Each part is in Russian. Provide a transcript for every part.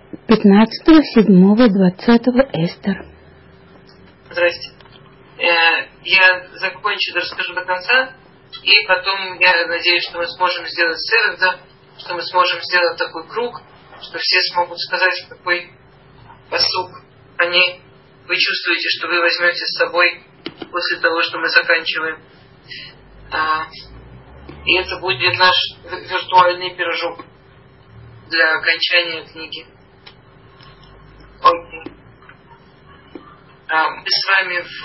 15.07.20 Эстер. Здрасте. Я закончу, расскажу до конца, и потом я надеюсь, что мы сможем сделать север, да, что мы сможем сделать такой круг, что все смогут сказать, какой пасук вы чувствуете, что вы возьмете с собой после того, что мы заканчиваем. И это будет наш виртуальный пирожок для окончания книги. Окей. Мы с вами в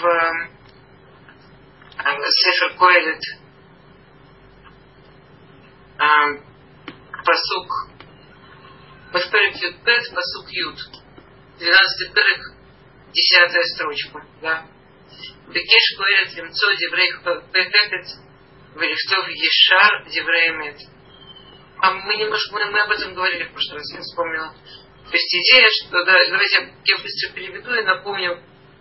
Сефер Коэлет, пасук, мы в перек Ют-Бет, пасук Ют, 12-й перек, 10-я строчка, да. Бекеш Коэлет лимцо деврей хефет, велихтов ешар деврей мет. Мы об этом говорили в прошлый раз, я вспомнила. То есть идея, что, да, давайте я быстро переведу и напомню.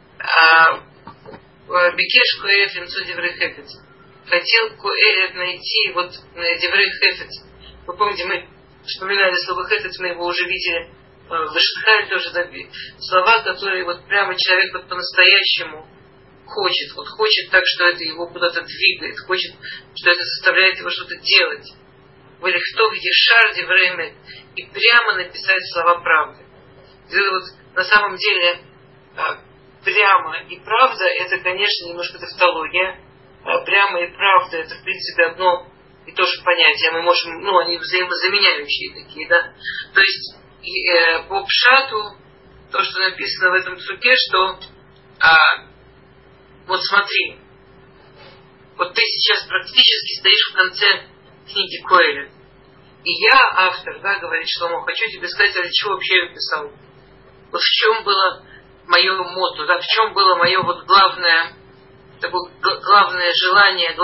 Бекеш Коэлет лимцо деврей хефет. Хотел Коэлет найти деврей хефет. Вы помните, мы вспоминали слово хефет, мы его уже видели в Шатхале тоже, да, слова, которые прямо человек по-настоящему хочет так, что это его куда-то двигает, хочет, что это заставляет его что-то делать. Велихтов ешар деврей мет, и прямо написать слова правды. Это на самом деле прямо и правда, это, конечно, немножко тавтология. Прямо и правда, это, в принципе, одно и то же понятие. Мы можем, они взаимозаменяющие такие, да. То есть, по пшату, то, что написано в этом псуке, что смотри, ты сейчас практически стоишь в конце книги Коэлет. И я, автор, да, говорит Шломо, хочу тебе сказать, ради чего вообще я писал. В чем было мое мотто, да, в чем было мое главное желание,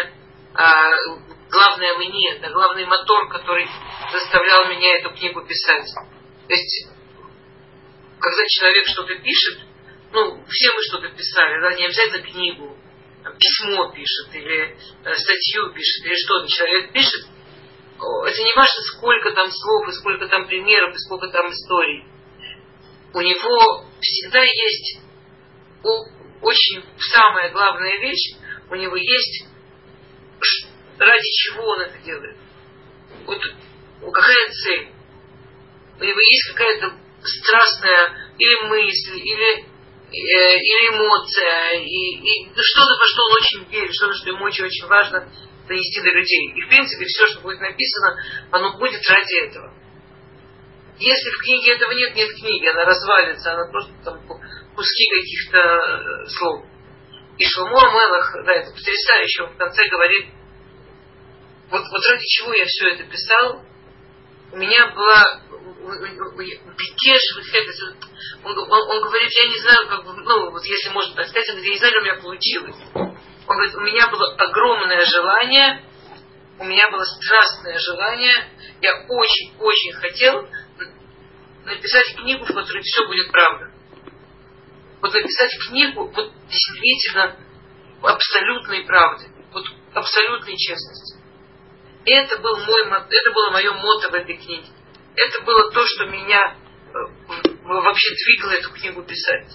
главное мне, да, главный мотор, который заставлял меня эту книгу писать. То есть, когда человек что-то пишет, все мы что-то писали, да, не обязательно книгу, письмо пишет, или статью пишет, или что-то человек пишет, это не важно, сколько там слов, и сколько там примеров, и сколько там историй. У него всегда есть очень самая главная вещь, у него есть ради чего он это делает. Какая цель? У него есть какая-то страстная или мысль, или эмоция, и что-то, во что он очень верит, что-то, что ему очень-очень важно донести до людей. И, в принципе, все, что будет написано, оно будет ради этого. Если в книге этого нет книги, она развалится, она просто куски каких-то слов. И Шломо Амелах, да, это потрясающе, он в конце говорит, ради чего я все это писал, у меня была бекеш выхефет. Он говорит, я не знаю, если можно так сказать, я не знаю, как у меня получилось. Он говорит, у меня было огромное желание, у меня было страстное желание, я очень-очень хотел написать книгу, в которой все будет правда. Написать книгу действительно абсолютной правды, абсолютной честности. Это было мое мотто в этой книге. Это было то, что меня вообще двигало эту книгу писать.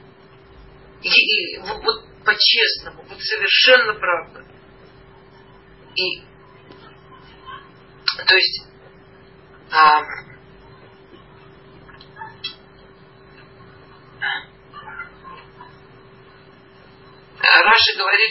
И по-честному, совершенно правда. И то есть Раши говорит,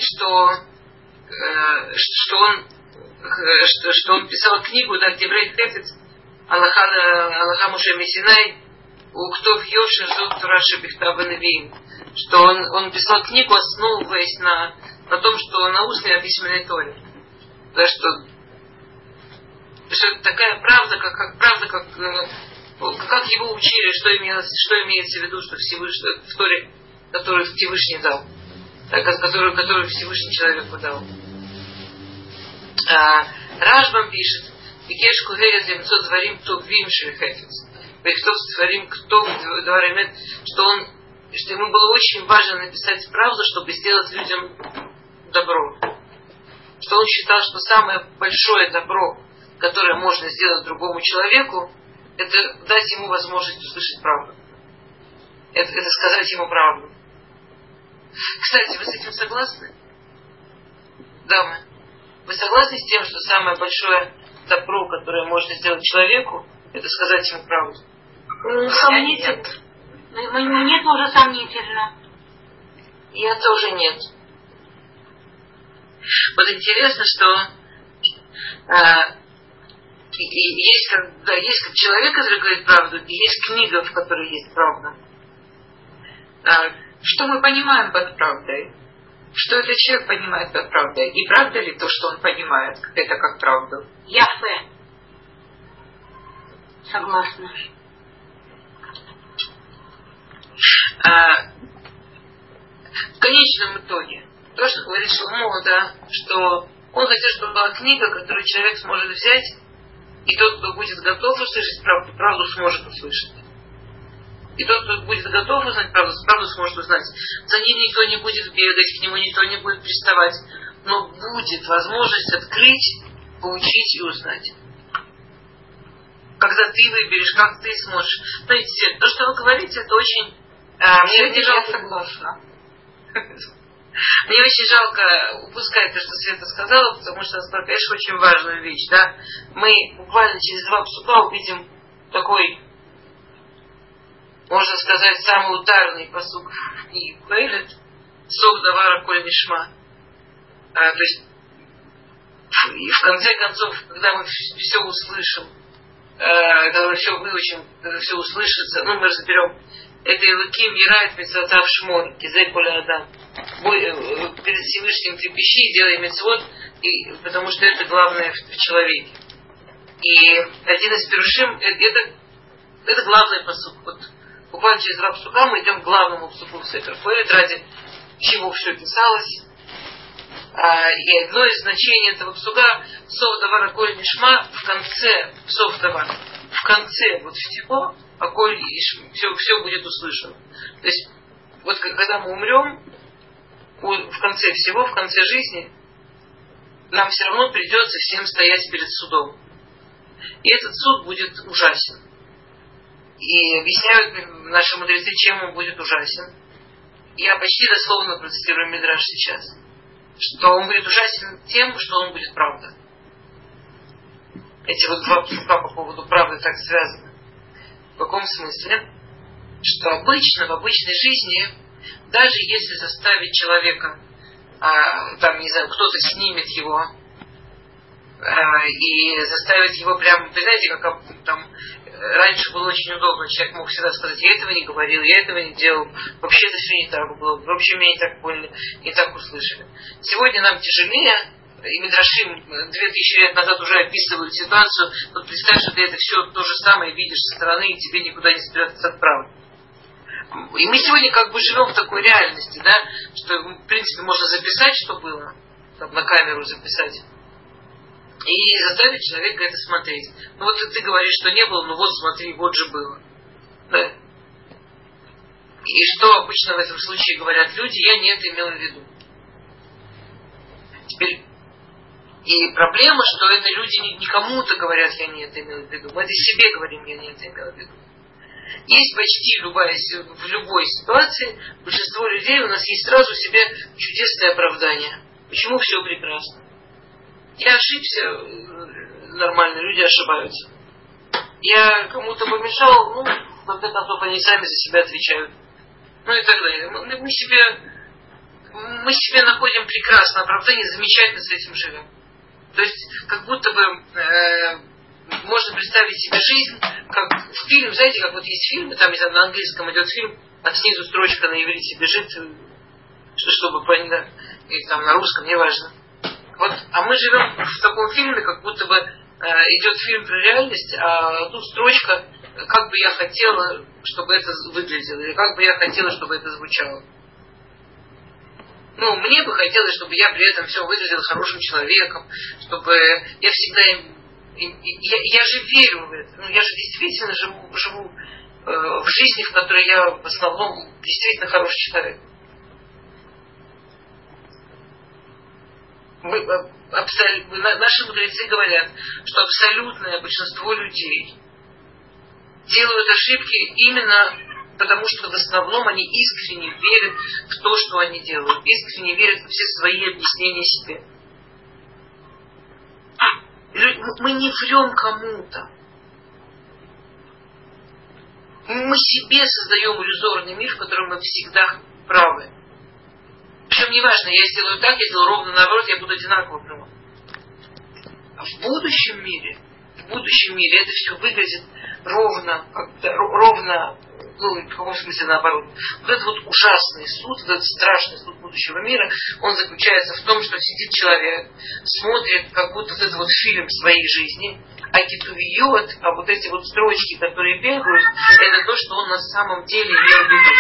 что он писал книгу, да, где Брейт Хефец, Аллаха Муше Мессинай, у Ктов Йошер Зуд Раши Бихтава Невиим, что он писал книгу, основываясь на том, что на устной письменной Торе. Да, что это такая правда, как его учили, что имеется в виду, что Всевышний, в Торе, которую Всевышний дал, которую Всевышний человеку дал. Ражбам пишет, Бекеш Коэлет лимцо дворим товим шельхефец. Вехтов дворим ктов дворим, что ему было очень важно написать правду, чтобы сделать людям добро. Что он считал, что самое большое добро, которое можно сделать другому человеку, это дать ему возможность услышать правду. Это сказать ему правду. Кстати, вы с этим согласны? Дамы, вы согласны с тем, что самое большое добро, которое можно сделать человеку, это сказать ему правду? Сомнительно. Мне тоже сомнительно. Я тоже нет. Вот интересно, что есть как человек, который говорит правду, и есть книга, в которой есть правда. Что мы понимаем под правдой? Что этот человек понимает под правдой? И правда ли то, что он понимает, это как правду? Яхве. Согласна. В конечном итоге, то, что говорит Шломо, да, что он хотел, чтобы была книга, которую человек сможет взять, и тот, кто будет готов услышать правду, правду сможет услышать. И тот, кто будет готов узнать правду, правду сможет узнать. За ним никто не будет бегать, к нему никто не будет приставать, но будет возможность открыть, поучить и узнать. Когда ты выберешь, как ты сможешь. Знаете, то, что вы говорите, это очень... Мне жалко, согласна. Мне очень жалко упускать то, что Света сказала, потому что она сказала, конечно, очень важную вещь. Да? Мы буквально через 2 псука увидим такой, можно сказать, самый ударный посук в книге Коэлет, «Сок давара коль нишма». То есть, и в конце концов, когда мы все услышим, когда мы все выучим, когда все услышится, мы разберем, это Элоким Ярает Мицвотав Шмор, Кизей Поля Адам. Перед Всевышним трепещи, делай мицвот, потому что это главное в человеке. И один из перушим, это главный пасук. Вот буквально через 2 псука мы идем к главному псуку в Сефер Коэлет, ради чего все писалось. И одно из значений этого псука «Сов давар аколь нишма» в конце «Сов давар». В конце вот всего аколь все будет услышано. То есть вот когда мы умрем, в конце всего, в конце жизни, нам все равно придется всем стоять перед судом. И этот суд будет ужасен. И объясняют наши мудрецы, чем он будет ужасен. Я почти дословно процитирую Мидраш сейчас. Что он будет ужасен тем, что он будет правда. Эти вот 2 псука по поводу правды так связаны. В каком смысле? Что обычно, в обычной жизни, даже если заставить человека, там, не знаю, кто-то снимет его, и заставить его прям, вы знаете, как там раньше было очень удобно, человек мог всегда сказать, я этого не говорил, я этого не делал, вообще это все не так было, вообще меня не так поняли, не так услышали. Сегодня нам тяжелее, и Мидрашим 2000 лет назад уже описывают ситуацию, вот представь, что ты это все то же самое видишь со стороны, и тебе никуда не спрятаться от правды. И мы сегодня как бы живем в такой реальности, да, что, в принципе, можно записать, что было, там, на камеру записать, и заставить человека это смотреть. Ну вот ты говоришь, что не было, ну вот смотри, вот же было. Да? И что обычно в этом случае говорят люди, я не это имел в виду. Теперь, и проблема, что это люди не кому-то говорят, я не это имел в виду. Мы это себе говорим, я не это имел в виду. Есть почти в любой ситуации, большинство людей у нас есть сразу в себе чудесное оправдание. Почему все прекрасно? Я ошибся, нормально, люди ошибаются. Я кому-то помешал, ну, в конце концов, они сами за себя отвечают. Ну и так далее. Мы себе находим прекрасное оправдание, замечательно с этим живем. То есть, как будто бы можно представить себе жизнь, как в фильме, знаете, как вот есть фильмы, там, не знаю, на английском идет фильм, а снизу строчка на иврите бежит, чтобы понять, да, или там на русском, неважно. Вот, а мы живем в таком фильме, как будто бы идет фильм про реальность, а тут строчка, как бы я хотела, чтобы это выглядело, или как бы я хотела, чтобы это звучало. Ну, мне бы хотелось, чтобы я при этом все выглядел хорошим человеком, чтобы я всегда... Я же верю в это. Ну, я же действительно живу в жизни, в которой я в основном действительно хороший человек. Наши мудрецы говорят, что абсолютное большинство людей делают ошибки именно потому, что в основном они искренне верят в то, что они делают, искренне верят во все свои объяснения себе. Мы не врем кому-то. Мы себе создаем иллюзорный мир, в котором мы всегда правы. Причем неважно, я сделаю так, я сделаю ровно наоборот, я буду одинаково права. А в будущем мире это все выглядит ровно, в каком смысле наоборот. Вот этот вот ужасный суд, вот этот страшный суд будущего мира, он заключается в том, что сидит человек, смотрит как будто вот этот вот фильм своей жизни, а кетувиот, а вот эти вот строчки, которые бегают, это то, что он на самом деле имел в виду.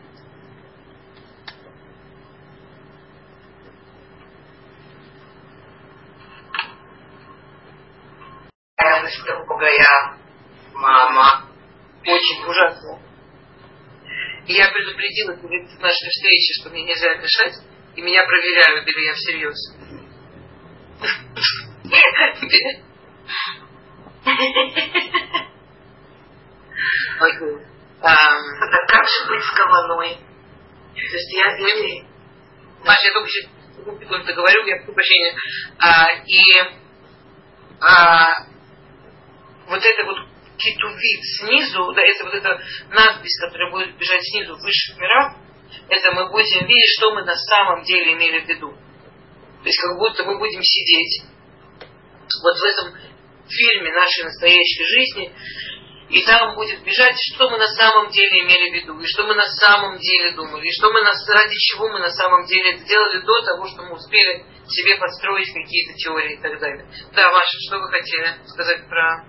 Другая мама. Очень ужасно. И я предупредила перед нашей встречей, что мне нельзя дышать, и меня проверяют, или я всерьез. Как же быть с каваной? То есть я здесь... Маша, я только сейчас договорю, я прошу прощения. Вот это вот кетувит снизу, да, это вот эта надпись, которая будет бежать снизу в высших мирах, это мы будем видеть, что мы на самом деле имели в виду. То есть как будто мы будем сидеть вот в этом фильме нашей настоящей жизни, и там будет бежать, что мы на самом деле имели в виду, и что мы на самом деле думали, и что мы ради чего мы на самом деле это делали до того, что мы успели себе подстроить какие-то теории и так далее. Да, Маша, что вы хотели сказать про...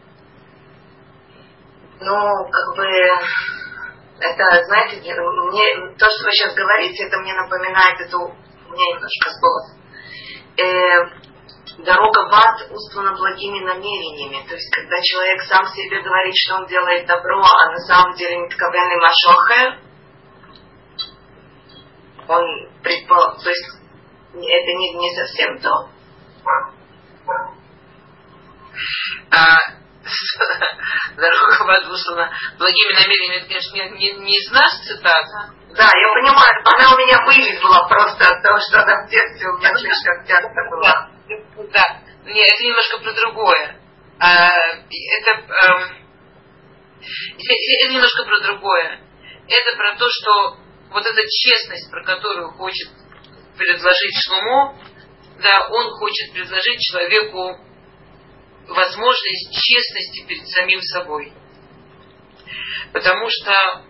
Ну, как бы, это, знаете, мне, то, что вы сейчас говорите, это мне напоминает эту, у меня немножко сбылось, дорога в ад устлана благими намерениями. То есть, когда человек сам себе говорит, что он делает добро, а на самом деле миткавенный машохер, он предположил, то есть, это не совсем то. Дорога в ад услана благими намерениями, это, конечно, не из нас цитата. Да, я понимаю, она у меня вылезла просто от того, что она в детстве у меня слишком часто была. Да, нет, это немножко про другое. Это немножко про другое. Это про то, что вот эта честность, про которую хочет предложить Шломо, да, он хочет предложить человеку возможность честности перед самим собой. Потому что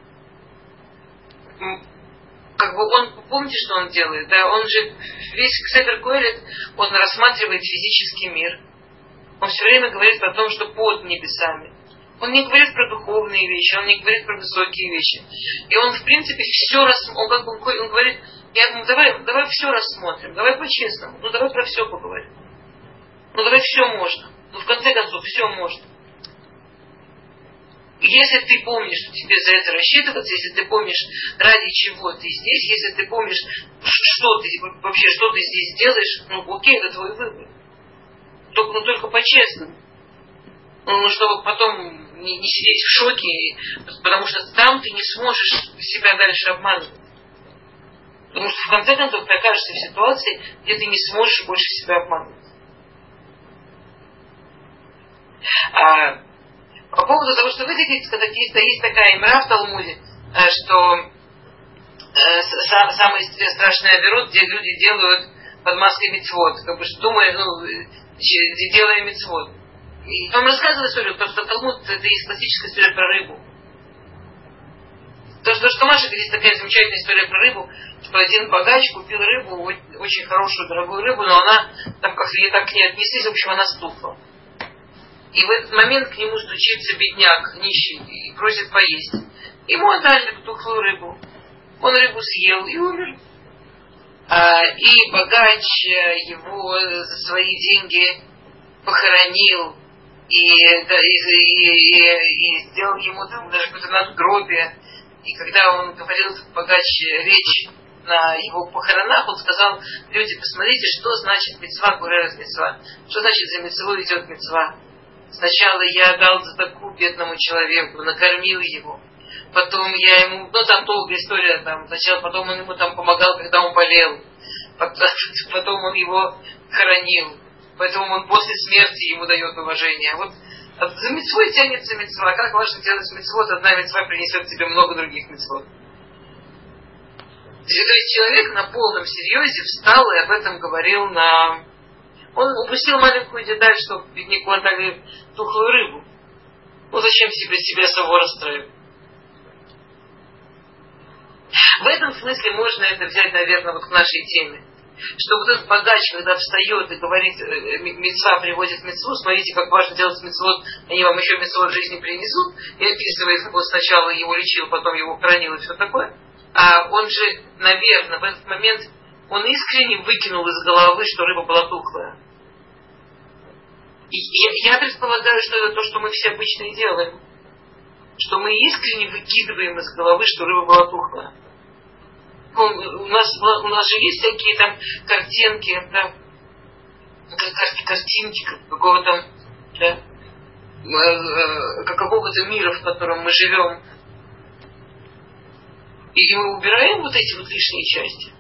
как бы он, помните, что он делает? Да, он же весь Сефер Коэлет, он рассматривает физический мир. Он все время говорит про то, что под небесами. Он не говорит про духовные вещи, он не говорит про высокие вещи. И он, в принципе, все он говорит, давай все рассмотрим, давай по-честному, давай про все поговорим. Давай все можно. В конце концов, все можно. Если ты помнишь, что тебе за это рассчитываться, если ты помнишь, ради чего ты здесь, если ты помнишь, что ты здесь делаешь, окей, это твой выбор. Только по-честному. Чтобы потом не сидеть в шоке, потому что там ты не сможешь себя дальше обманывать. Потому что в конце концов ты окажешься в ситуации, где ты не сможешь больше себя обманывать. По поводу того, что вы хотите сказать, есть такая имра в Талмуде, что самый страшный авирот, где люди делают под маской мицвот, как бы думая, делая мицвот. И вам рассказываю историю, потому что Талмуд это есть классическая история про рыбу. То, что Маша говорит, есть такая замечательная история про рыбу, что один богач купил рыбу, очень хорошую, дорогую рыбу, но она, там как-то ей так к ней отнеслись, в общем, она стухла. И в этот момент к нему стучится бедняк, нищий, и просит поесть. Ему отдали эту тухлую рыбу. Он рыбу съел и умер. И богач его за свои деньги похоронил и сделал ему там даже какое-то надгробие. И когда он говорил, этот богач, речь на его похоронах, он сказал: люди, посмотрите, что значит мицва гуререт мицва. Что значит за мицву идет мицва. Сначала я дал задаку бедному человеку, накормил его. Потом я ему, там долгая история, сначала, потом он ему помогал, когда он болел. Потом он его хоронил. Поэтому он после смерти ему дает уважение. Вот за мицвой тянется мицва. Как важно делать мицвот, одна мицва принесет тебе много других мицвот. То есть человек на полном серьезе встал и об этом говорил Он упустил маленькую деталь, что бедняку отдали тухлую рыбу. Зачем себя самого расстраивать? В этом смысле можно это взять, наверное, к нашей теме. Что этот богач, когда встает и говорит, мицва приводит мицву, смотрите, как важно делать мицвот, они вам еще мицвот жизни принесут, и описывает, как он сначала его лечил, потом его хранил и все такое. А он же, наверное, в этот момент, он искренне выкинул из головы, что рыба была тухлая. И я предполагаю, что это то, что мы все обычно и делаем. Что мы искренне выкидываем из головы, что рыба была тухлая. У нас же есть всякие картинки, картинки какого-то, какого-то мира, в котором мы живем. Или мы убираем вот эти лишние части.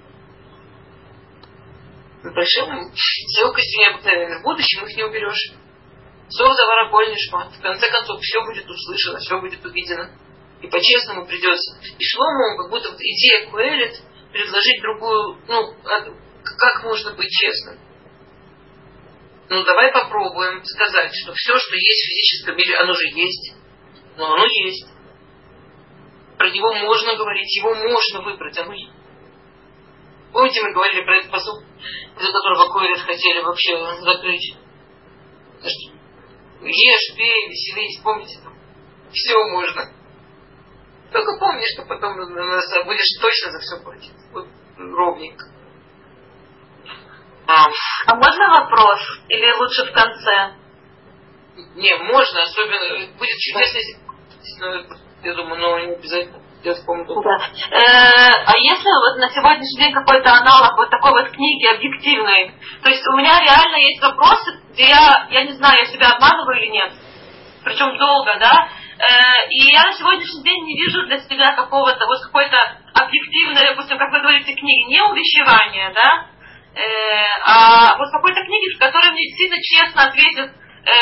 С большой легкостью необыкновенной. В будущем их не уберешь. Сов давара коль нишма. В конце концов, все будет услышано, все будет увидено. И по-честному придется. И Шломо, как будто идея Коэлет, предложить другую, как можно быть честным. Давай попробуем сказать, что все, что есть в физическом мире, оно же есть. Но оно есть. Про него можно говорить, его можно выбрать, оно есть. Помните, мы говорили про этот посуд, из-за которого Коэлет хотели вообще закрыть? Ешь, пей, веселись, помните? Все можно. Только помни, что потом будешь точно за все платить. Вот ровненько. А можно вопрос? Или лучше в конце? Не, можно, особенно будет чудесно, если, я думаю, не обязательно. Я вспомню. Да. А если на сегодняшний день какой-то аналог такой книги объективной, то есть у меня реально есть вопросы, где я не знаю, я себя обманываю или нет, причем долго, да, и я на сегодняшний день не вижу для себя какого-то какой-то объективной, допустим, как вы говорите, книги, не увещевания, да, а какой-то книги, в которой мне действительно честно ответят,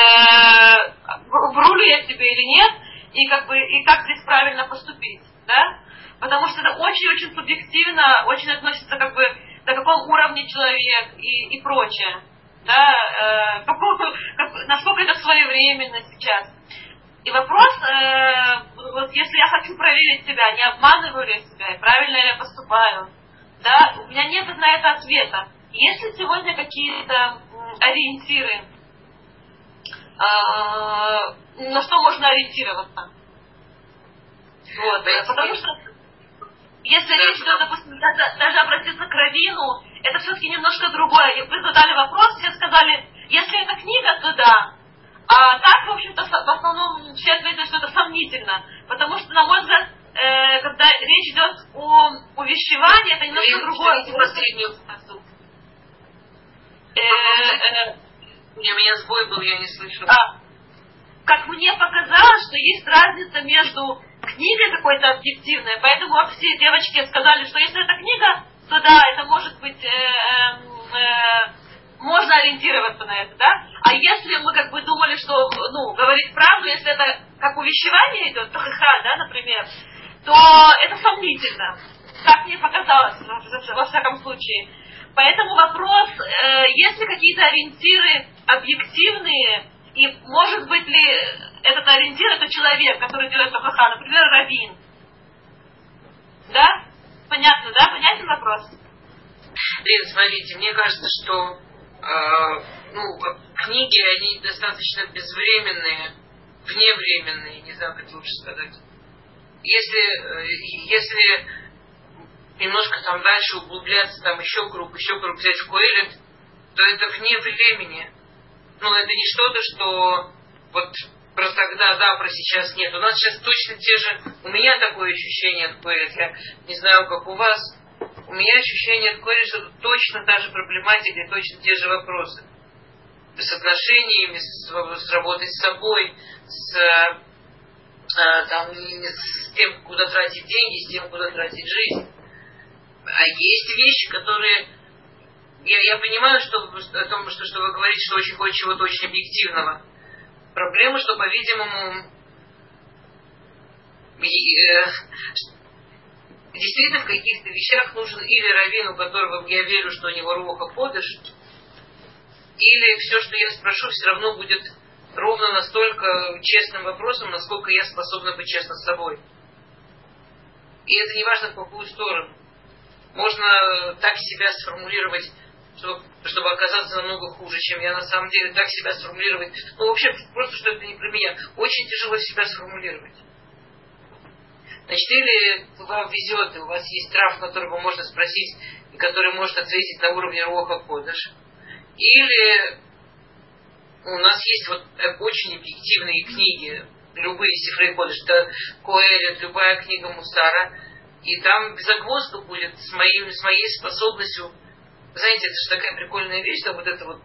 вру ли я себе или нет, и как здесь правильно поступить, да? Потому что это очень-очень субъективно, очень относится до какого уровня человек и прочее, да? Насколько это своевременно сейчас. И вопрос, если я хочу проверить себя, не обманываю ли я себя, правильно ли я поступаю, да? У меня нет на это ответа. Есть ли сегодня какие-то ориентиры, на что можно ориентироваться? Потому что если речь идет, допустим, даже обратиться к раввину, это все-таки немножко другое. Вы задали вопрос, все сказали, если это книга, то да. А так, в общем-то, в основном все ответили, что это сомнительно. Потому что, на мой взгляд, когда речь идет о увещевании, это немножко другое. У меня сбой был, я не слышу. Как мне показалось, что есть разница между книгой какой-то объективной, поэтому все девочки сказали, что если это книга, то да, это может быть, можно ориентироваться на это, да? А если мы думали, что, говорить правду, если это как увещевание идет, тахиха, да, например, то это сомнительно. Так мне показалось, во всяком случае. Поэтому вопрос, есть ли какие-то ориентиры объективные, и может быть ли этот ориентир, это человек, который делает тахиха, например, раввин. Да? Понятно, да? Понятен вопрос? Лен, смотрите, мне кажется, что книги, они достаточно безвременные, вневременные, не знаю, как лучше сказать. Если немножко дальше углубляться, еще круг взять в Коэлет, то это вне времени. Это не что-то, что про тогда, да, про сейчас нет. У нас сейчас точно те же, у меня такое ощущение от Коэлет, я не знаю, как у вас, у меня ощущение от Коэлет, что точно та же проблематика и точно те же вопросы. с отношениями, с работой с собой, с тем, куда тратить деньги, с тем, куда тратить жизнь. А есть вещи, которые... Я понимаю, что вы говорите, что очень хочется чего-то очень объективного. Проблема, что, по-видимому, действительно в каких-то вещах нужен или раввин, у которого я верю, что у него руха кодыш, или все, что я спрошу, все равно будет ровно настолько честным вопросом, насколько я способна быть честна с собой. И это не важно в какую сторону. Можно так себя сформулировать, чтобы оказаться намного хуже, чем я на самом деле, так себя сформулировать. Ну, вообще, просто, что это не про меня. Очень тяжело себя сформулировать. Значит, или вам везет, и у вас есть рав, которого можно спросить, и который может ответить на уровне Руаха Кодеш. Или у нас есть вот очень объективные книги, любые Сифрей Кодеш, это Коэлет, любая книга Мусара, и там загвоздка будет с моей способностью. Знаете, это же такая прикольная вещь, да, вот это вот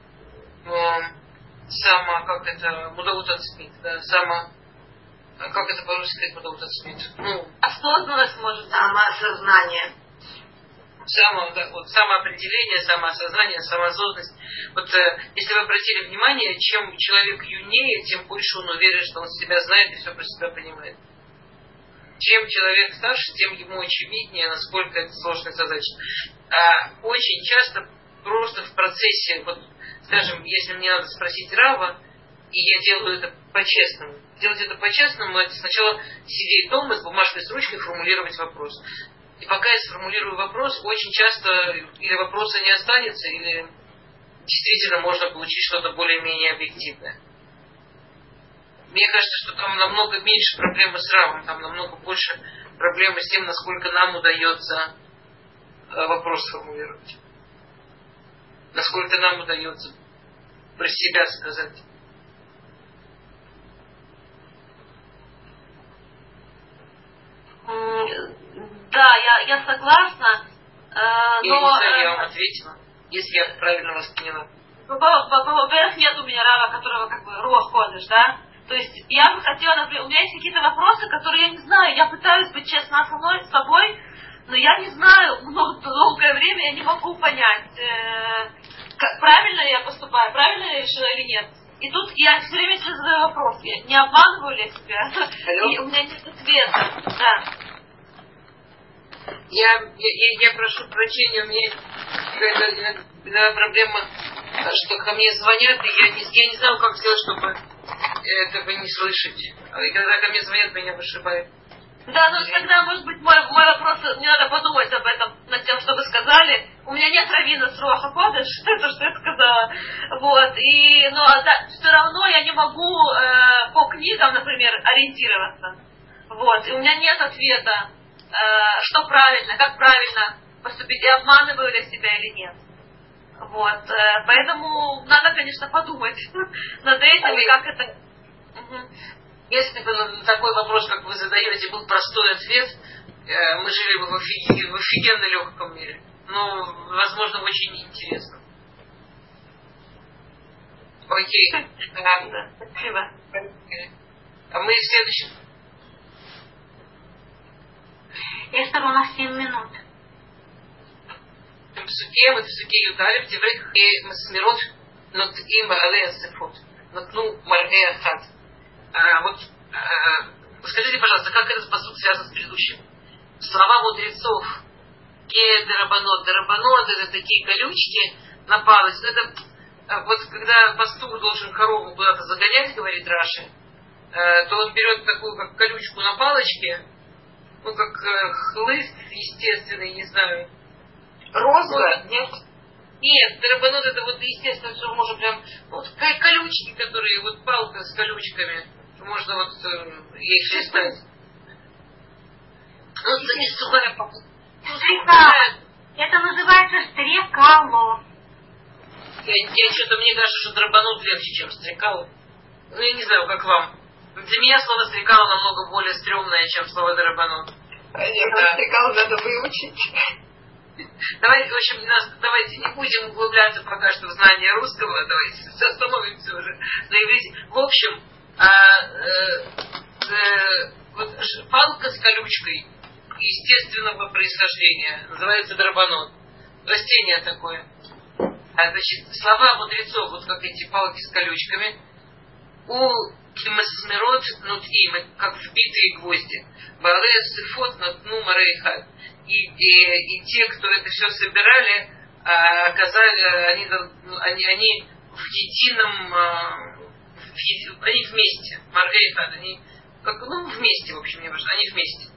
Мудаут ацмит, да, как это по-русски сказать, Мудаут ацмит? Осознанность, может. Самоосознание. Самоопределение, самоосознание, самоосознанность. Вот если вы обратили внимание, чем человек юнее, тем больше он уверен, что он себя знает и все про себя понимает. Чем человек старше, тем ему очевиднее, насколько это сложная задача. Очень часто просто в процессе, вот, скажем, если мне надо спросить Рава, и я делаю это по-честному. Делать это по-честному, это сначала сидеть дома с бумажкой, с ручкой, формулировать вопрос. И пока я сформулирую вопрос, очень часто или вопроса не останется, или действительно можно получить что-то более-менее объективное. Мне кажется, что там намного меньше проблемы с Равом, там намного больше проблемы с тем, насколько нам удается вопрос сформулировать. Насколько нам удается про себя сказать. Да, я согласна. Я не знаю, я вам ответила, если я правильно вас поняла. Во-первых, нет у меня Рава, которого как бы руах кодыш, да? То есть я бы хотела, например, у меня есть какие-то вопросы, которые я не знаю, я пытаюсь быть честна с собой, но я не знаю, долгое время я не могу понять, правильно я поступаю, правильно я решила или нет. И тут я все время себе задаю вопрос, я не обманываю ли я себя, и у меня нет ответа. Да. Я прошу прощения, у меня какая-то проблема, что ко мне звонят, и я не знаю, как сделать, чтобы этого не слышать. И когда ко мне звонят, меня вышибает. Да, ну тогда, может быть, мой вопрос, мне надо подумать об этом, над тем, что вы сказали. У меня нет раввина с Руаха Кодеш, это что я сказала. Вот, но все равно я не могу по книгам, например, ориентироваться. Вот, и у меня нет ответа, что правильно, как правильно поступить, и обманываю ли себя или нет. Вот, поэтому надо, конечно, подумать над этим, и как это... Если бы на такой вопрос, как вы задаете, был простой ответ, мы жили бы в офигенно легком мире. Но, возможно, очень неинтересном. Окей. Да, спасибо. А мы в следующем. Эстер, у нас 7 минут. В Псуке Юдалев, Деврей Масмирот, Нот им Алея Сефот, Нотну Мальгея Хат. Скажите, пожалуйста, как этот пасук связан с предыдущим? Слова мудрецов, Дарабанот. Дарабанот — это такие колючки на палочке. Это вот когда пастух должен корову куда-то загонять, говорит Раши, то он берет такую как колючку на палочке, как хлыст естественный, не знаю. Розга? Нет. Нет, дарабанот — это вот естественно, что можно прям вот колючки, которые вот палка с колючками. Можно вот их листать. Вот здесь сухая палка. Это называется стрекало. Я что-то, мне кажется, что драбанут легче, чем стрекало. Ну, я не знаю, как вам. Для меня слово стрекало намного более стрёмное, чем слово драбанут. Нет, стрекало надо выучить. Давайте, в общем, давайте не будем углубляться пока что в знание русского, давайте остановимся уже на иврите. В общем, вот палка с колючкой естественного происхождения называется драбанот. Растение такое. Значит, слова мудрецов, вот как эти палки с колючками, у кимасмирот нутим, как вбитые гвозди. Балея сифот натну марейхат. И те, кто это все собирали, оказали, они в едином, они вместе. Марейхат, они как, вместе, в общем, не важно, они вместе.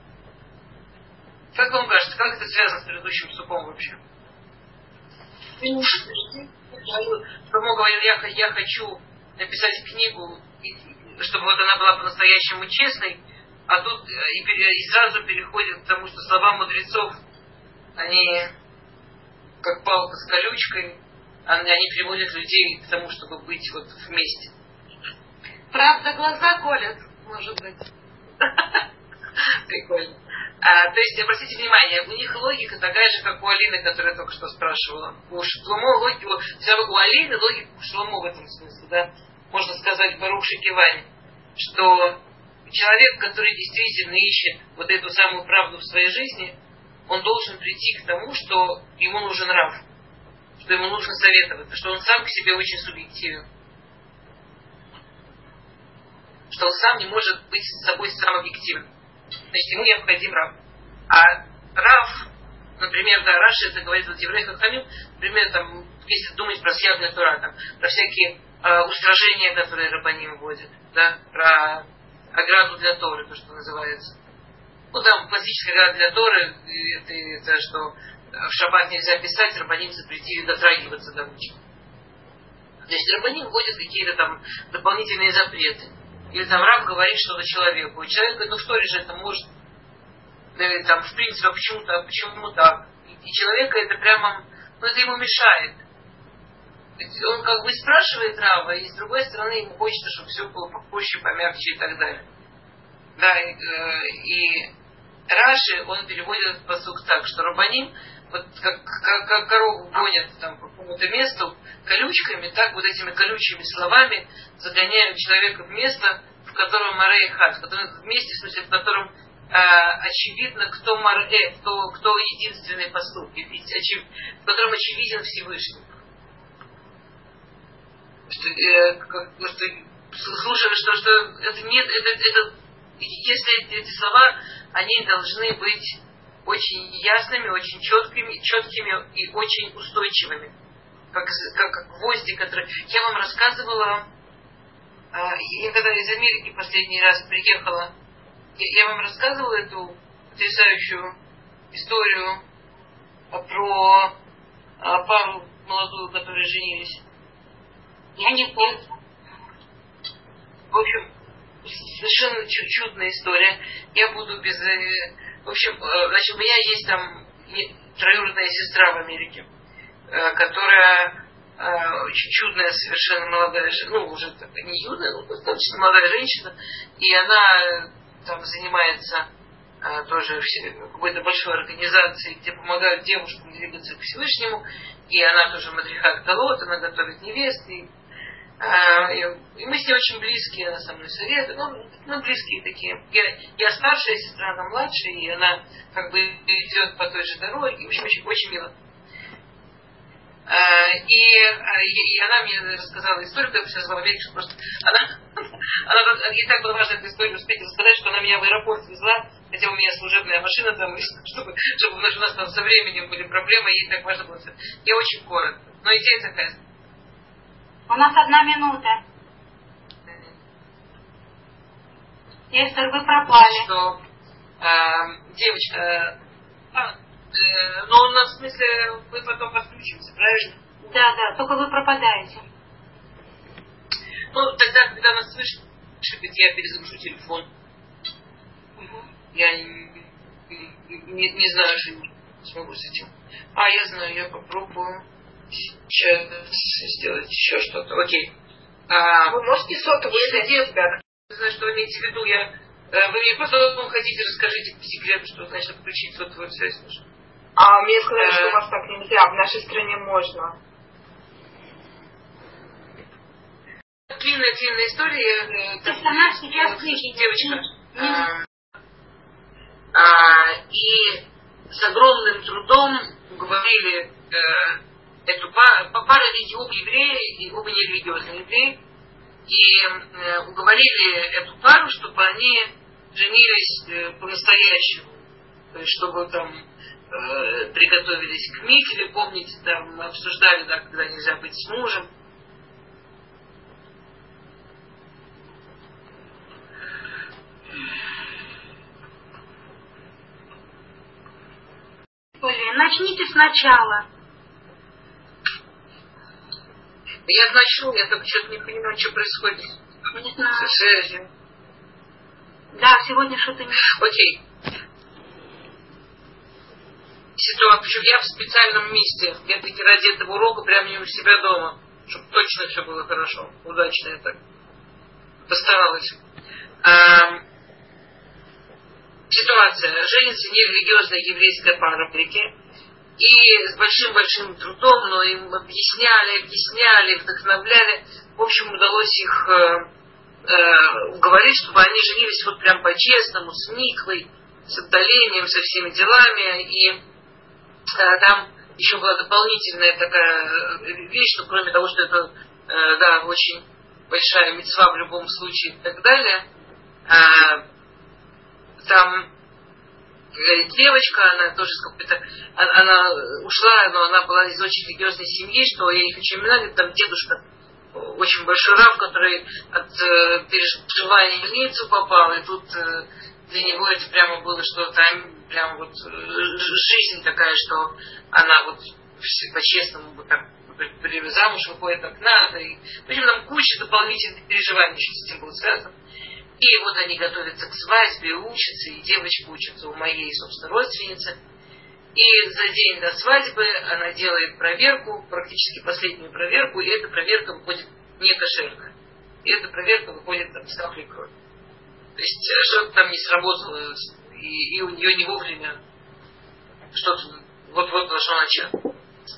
Как вам кажется, как это связано с предыдущим суком вообще? Шломо говорил, я хочу написать книгу, чтобы вот она была по-настоящему честной, а тут и сразу переходит к тому, что слова мудрецов, они как палка с колючкой, они приводят людей к тому, чтобы быть вот вместе. Правда, глаза колят, может быть. Прикольно. То есть, обратите внимание, у них логика такая же, как у Алины, которая только что спрашивала. У Шломо логика, у Алины логика у Шломо в этом смысле, да, можно сказать, Барух Шекивани, что человек, который действительно ищет вот эту самую правду в своей жизни, он должен прийти к тому, что ему нужен рав, что ему нужно советоваться, что он сам к себе очень субъективен, что он сам не может быть с собой сам объективен. Значит, ему необходим рав. А рав, например, да, Раши это говорит вот еврей Хахамим, например, там, если думать про Сьягна Тура, там, про всякие устражения, которые рабаним вводят, да, про ограду для Торы, то, что называется. Ну, там, классическая ограда для Торы, это что в шаббат нельзя писать, рабаним запретили дотрагиваться до ручки. То есть рабаним вводят какие-то там дополнительные запреты. Или там раб говорит что-то человеку. И человек говорит, в Торе же это может. Там, в принципе, почему так? И человека это прямо, это ему мешает. Он как бы спрашивает раба, и с другой стороны ему хочется, чтобы все было попроще, помягче и так далее. Да, и Раши, он переводит этот пасук так, что рабаним, вот как корову гонят там, по какому-то месту колючками, так вот этими колючими словами загоняют человека в место, в котором марей хат, в котором в месте, в смысле, в котором очевидно, кто марэ, кто единственный поступок, в котором очевиден Всевышний. Слушай, что это нет, если эти слова, они должны быть очень ясными, очень четкими и очень устойчивыми. Как гвозди, которые... Я вам рассказывала, я когда из Америки последний раз приехала, я вам рассказывала эту потрясающую историю про пару молодую, которые женились. Я не помню. В общем, совершенно чудная история. Я буду без... В общем, значит, у меня есть там троюродная сестра в Америке, которая очень чудная, совершенно молодая женщина, уже не юная, но достаточно молодая женщина, и она там занимается тоже в какой-то большой организации, где помогают девушкам двигаться к Всевышнему, и она тоже мадрихат галот, она готовит невест, и мы с ней очень близкие, она со мной советует, мы близкие такие. Я старшая сестра, она младшая, и она как бы идет по той же дороге, в общем, очень мило. И она мне рассказала историю, когда я сейчас в Америке, что просто ей так было важно эту историю успеть рассказать, что она меня в аэропорт везла, хотя у меня служебная машина там, чтобы у нас там со временем были проблемы, ей так важно было все. Я очень коротко, но идея такая. У нас 1 минута. Эстер, вы пропали. Что девочка... но у нас, в смысле, мы потом подключимся, правильно? Да, только вы пропадаете. Ну, тогда, когда нас слышит, я перезагружу телефон. Я не знаю, что я смогу с этим. Я знаю, я попробую сейчас сделать еще что-то. Окей. Вы можете сотовую если девушка, не знаю, что вы имеете в виду, вы мне потом хотите, расскажите по секрету, что значит отключить сотовую связь. А мне сказали, что у вас так нельзя, в нашей стране можно. Длинная история. Она сейчас Девочка. И с огромным трудом уговорили эту пару, ведь оба евреи и оба нерелигиозные евреи, и уговорили эту пару, чтобы они женились по-настоящему. То есть, чтобы там приготовились к микве, помните, там мы обсуждали, да, когда нельзя быть с мужем. Начните сначала. Я начну, я только что-то не понимаю, что происходит. Не знаю. Со связью. Да, сегодня что-то не... Окей. Ситуация, причем я в специальном месте. Я таки ради этого урока прямо не у себя дома. Чтобы точно все было хорошо. Удачно я так постаралась. Ситуация. Женится нерелигиозная еврейская пара в реке. И с большим-большим трудом, но им объясняли, вдохновляли. В общем, удалось их уговорить, чтобы они женились вот прям по-честному, с миквой, с отдалением, со всеми делами. И там еще была дополнительная такая вещь, что кроме того, что это да, очень большая мицва в любом случае и так далее, там девочка, она тоже с какой-то, она ушла, но она была из очень религиозной семьи, что я не хочу именовать, там дедушка очень большой рав, который от переживания в больницу попал, и тут для него это прямо было что-то, прям вот жизнь такая, что она вот по-честному вот так замуж выходит как надо, и, в общем, там куча дополнительных переживаний еще с этим было связано. И вот они готовятся к свадьбе, учатся, и девочка учится у моей, собственно, родственницы. И за день до свадьбы она делает проверку, практически последнюю проверку, и эта проверка выходит не кошерная. И эта проверка выходит там с каплей крови. То есть что-то там не сработало, и у нее не вовремя что-то вот-вот должно начаться.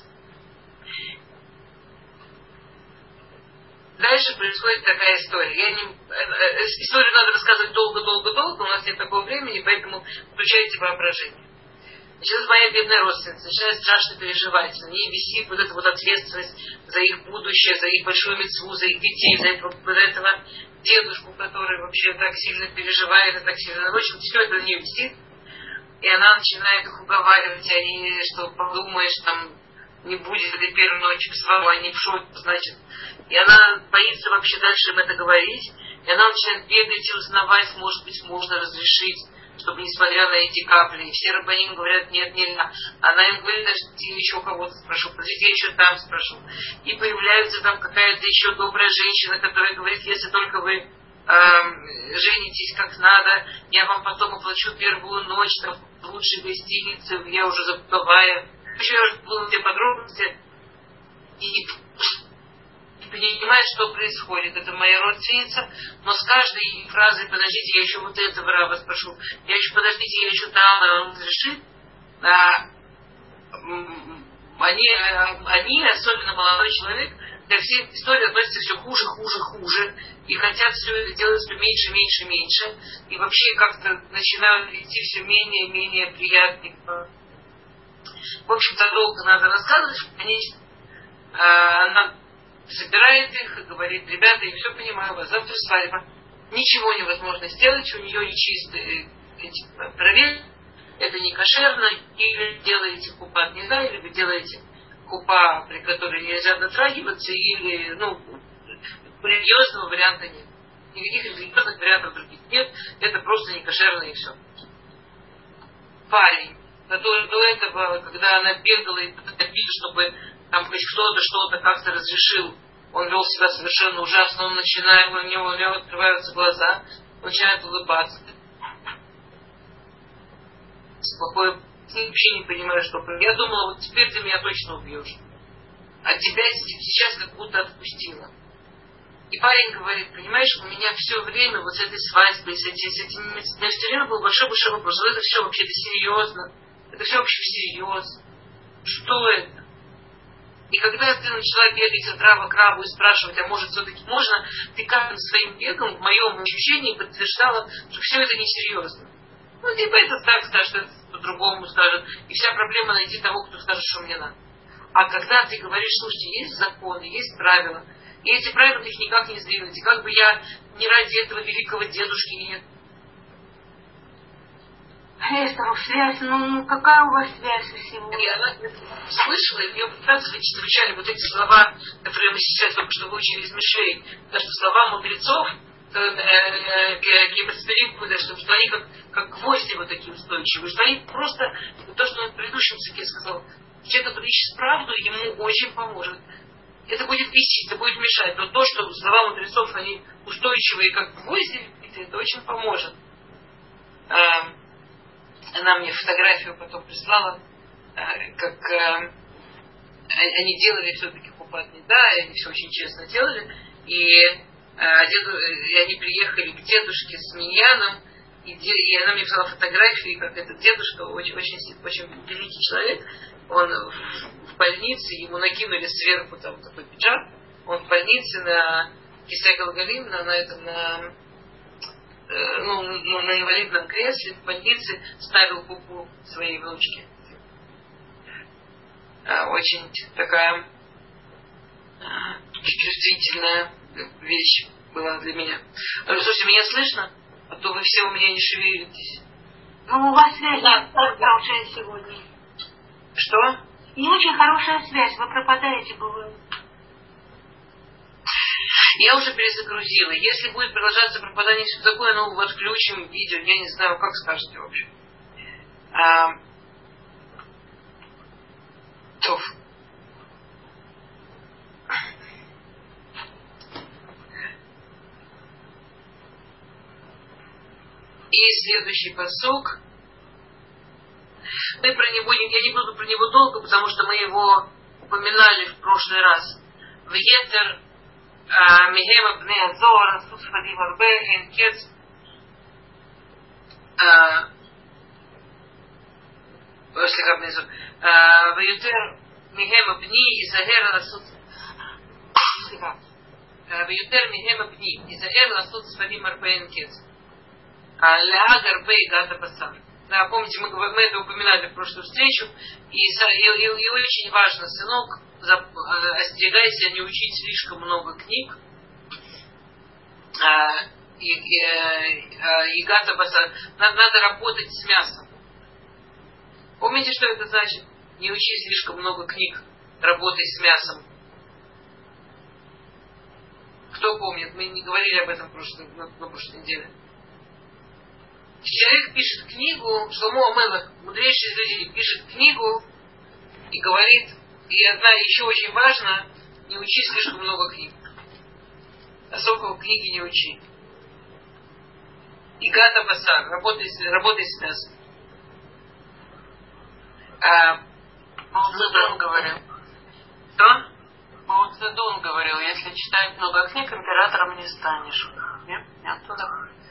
Дальше происходит такая история. Историю надо рассказывать долго, у нас нет такого времени, поэтому включайте воображение. Сейчас моя бедная родственница начинает страшно переживать. На ней висит вот эта вот ответственность за их будущее, за их большую мицву, за их детей, за этого дедушку, который вообще так сильно переживает и так сильно... В общем, все это на нее висит. И она начинает их уговаривать, что подумаешь, там не будет этой первой ночи в свадьбу, они в шоке, значит. И она боится вообще дальше им это говорить. И она начинает бегать и узнавать, может быть, можно разрешить, чтобы несмотря на эти капли. И все рабаним говорят, нет, нельзя. Она им говорит, подождите, я еще кого-то спрошу, подождите, я еще там спрошу. И появляется там какая-то еще добрая женщина, которая говорит, если только вы женитесь как надо, я вам потом оплачу первую ночь там, в лучшей гостинице, я уже забываю. Еще я уже забыла все подробности. И не понимает, что происходит. Это моя родственница, но с каждой фразой, подождите, я еще вот этого раба спрошу, я еще, подождите, я еще там, он разрешит. Они, особенно молодой человек, ко всей этой истории относятся все хуже, и хотят все это делать все меньше, и вообще как-то начинают идти все менее приятно. В общем-то, долго надо рассказывать, конечно, она собирает их и говорит, ребята, я все понимаю, у вас завтра свадьба, ничего невозможно сделать, у нее нечистые проверки, это не кошерно, или делаете хупа от низа, или вы делаете хупа, при которой нельзя дотрагиваться, или, религиозного варианта нет. Никаких религиозных вариантов других нет, это просто не кошерно и все. Парень, который до этого, когда она бегала и торопила, чтобы там хоть кто-то что-то как-то разрешил, он вел себя совершенно ужасно, у него открываются глаза, он начинает улыбаться. Спокойно, вообще не понимаю, что. Я думала, вот теперь ты меня точно убьешь. А тебя сейчас как будто отпустила. И парень говорит, понимаешь, у меня все время вот с этой свадьбой, с этим, у меня все время был большой вопрос, это все вообще-то серьезно. Это все вообще всерьез. Что это? И когда ты начала бегать от раба к рабу и спрашивать, а может все-таки можно, ты каждым своим бегом в моем ощущении подтверждала, что все это несерьезно. Ну, типа это так скажет, это по-другому скажет. И вся проблема найти того, кто скажет, что мне надо. А когда ты говоришь, слушайте, есть законы, есть правила, и эти правила их никак не сдвинуть. И как бы я не ради этого великого дедушки не... Эстер, связь, ну какая у вас связь у всего? И она слышала, и мне прекрасно звучали вот эти слова, которые мы сейчас только что выучили из Мишлей. Потому что слова мудрецов, что они как гвозди вот такие устойчивые, что они просто, то, что он в предыдущем стихе сказал, человек, который ищет правду, ему очень поможет. Это будет висеть, это будет мешать, но то, что слова мудрецов, они устойчивые, как гвозди, это очень поможет. Она мне фотографию потом прислала, как они делали все-таки хупат неда, и они все очень честно делали, и они приехали к дедушке с миньяном, и она мне прислала фотографии, как этот дедушка, очень великий человек, он в больнице, ему накинули сверху там такой пиджак, он в больнице на Кисай Галгалим, на инвалидном кресле в больнице ставил пупу своей внучке. Очень такая чувствительная вещь была для меня. Слушайте, меня слышно? А то вы все у меня не шевелитесь. Ну, у вас связь не хорошая сегодня. Что? Не очень хорошая связь, вы пропадаете, бывает. Я уже перезагрузила. Если будет продолжаться пропадание, все такое, ну, отключим видео. Я не знаю, как скажете вообще. То. И следующий пасук. Мы про него, я не буду про него долго, потому что мы его упоминали в прошлый раз. Вьетер Михема Бней Азор, Асут Фадим Арбе, Энкец. Слегка внизу. Вьетер Михема Бни, Изагер Асут. Слегка. Вьетер Михема Бни, Изагер Асут Фадим Арбе, Энкец. Леагар Бей Гата Басар. Да, помните, мы это упоминали в прошлую встречу. И очень важно, сынок, остерегайся не учить слишком много книг. И Гата Басар. Надо работать с мясом. Помните, что это значит? Не учи слишком много книг. Работай с мясом. Кто помнит? Мы не говорили об этом на прошлой неделе. Человек пишет книгу, Шломо Амелах, мудрейший из людей, пишет книгу и говорит, и одна еще очень важно, не учи слишком много книг. Особо книги не учи. И Гата Басар, работай с мясом. Мы прям говорим. Что? Мао Цзэдун говорил, если читать много книг, императором не станешь. Нет? Не оттуда.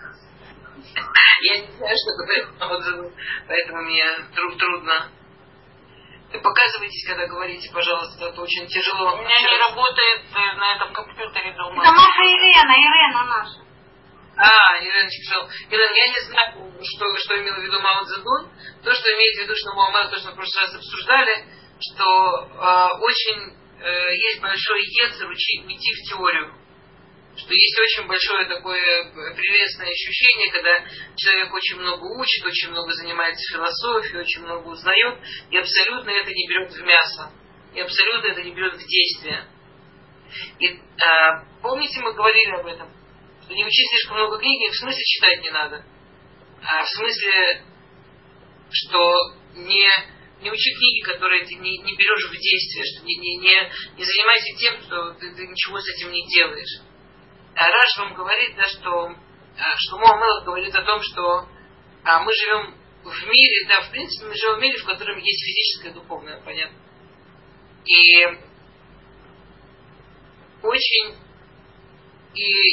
Я не знаю, что говорю, поэтому мне трудно. Показывайтесь, когда говорите, пожалуйста, это очень тяжело. У меня не работает на этом компьютере дома. Это наша Ирена наша. Иреночка писал. Ирен, я не знаю, что имел в виду Мао Цзэдун. То, что имеет в виду Шломо Амелах, то, что мы в прошлый раз обсуждали, что очень есть большой ецер уйти в теорию. Что есть очень большое такое прелестное ощущение, когда человек очень много учит, очень много занимается философией, очень много узнает, и абсолютно это не берет в мясо, и абсолютно это не берет в действие. И помните, мы говорили об этом, что не учи слишком много книг, не в смысле читать не надо, а в смысле, что не учи книги, которые ты не берешь в действие, что не занимайся тем, что ты ничего с этим не делаешь. Раш вам говорит, да, что Шломо Амелах говорит о том, что мы живем в мире, да, в принципе, мы живем в мире, в котором есть физическое и духовное, понятно. И очень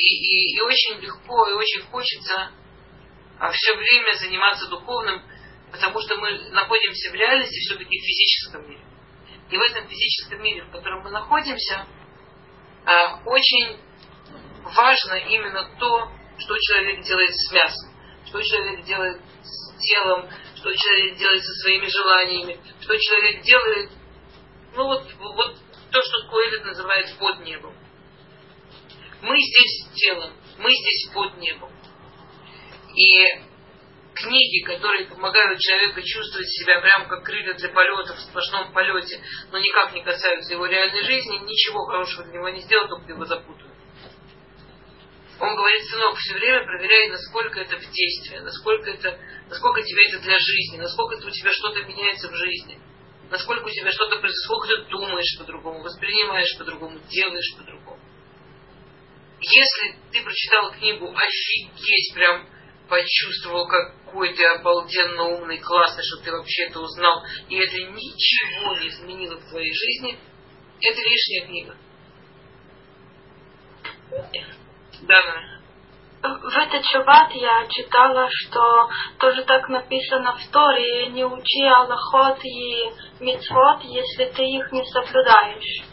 очень легко и очень хочется все время заниматься духовным, Потому что мы находимся в реальности все-таки в физическом мире. И в этом физическом мире, в котором мы находимся, очень важно именно то, что человек делает с мясом, что человек делает с телом, что человек делает со своими желаниями, что человек делает, вот то, что Коэлет называет под небом. Мы здесь телом, мы здесь под небом. И книги, которые помогают человеку чувствовать себя прям как крылья для полета в сплошном полете, но никак не касаются его реальной жизни, ничего хорошего для него не сделают, только его запутают. Он говорит: сынок, все время проверяй, насколько это в действии, насколько тебе это для жизни, насколько это у тебя что-то меняется в жизни, насколько у тебя что-то происходит, сколько ты думаешь по-другому, воспринимаешь по-другому, делаешь по-другому. Если ты прочитал книгу, офигеть, прям почувствовал, какой ты обалденно умный, классный, что ты вообще это узнал, и это ничего не изменило в твоей жизни, это лишняя книга. Да. В этот шаббат я читала, что тоже так написано в Торе: не учи алахот и мицвот, если ты их не соблюдаешь.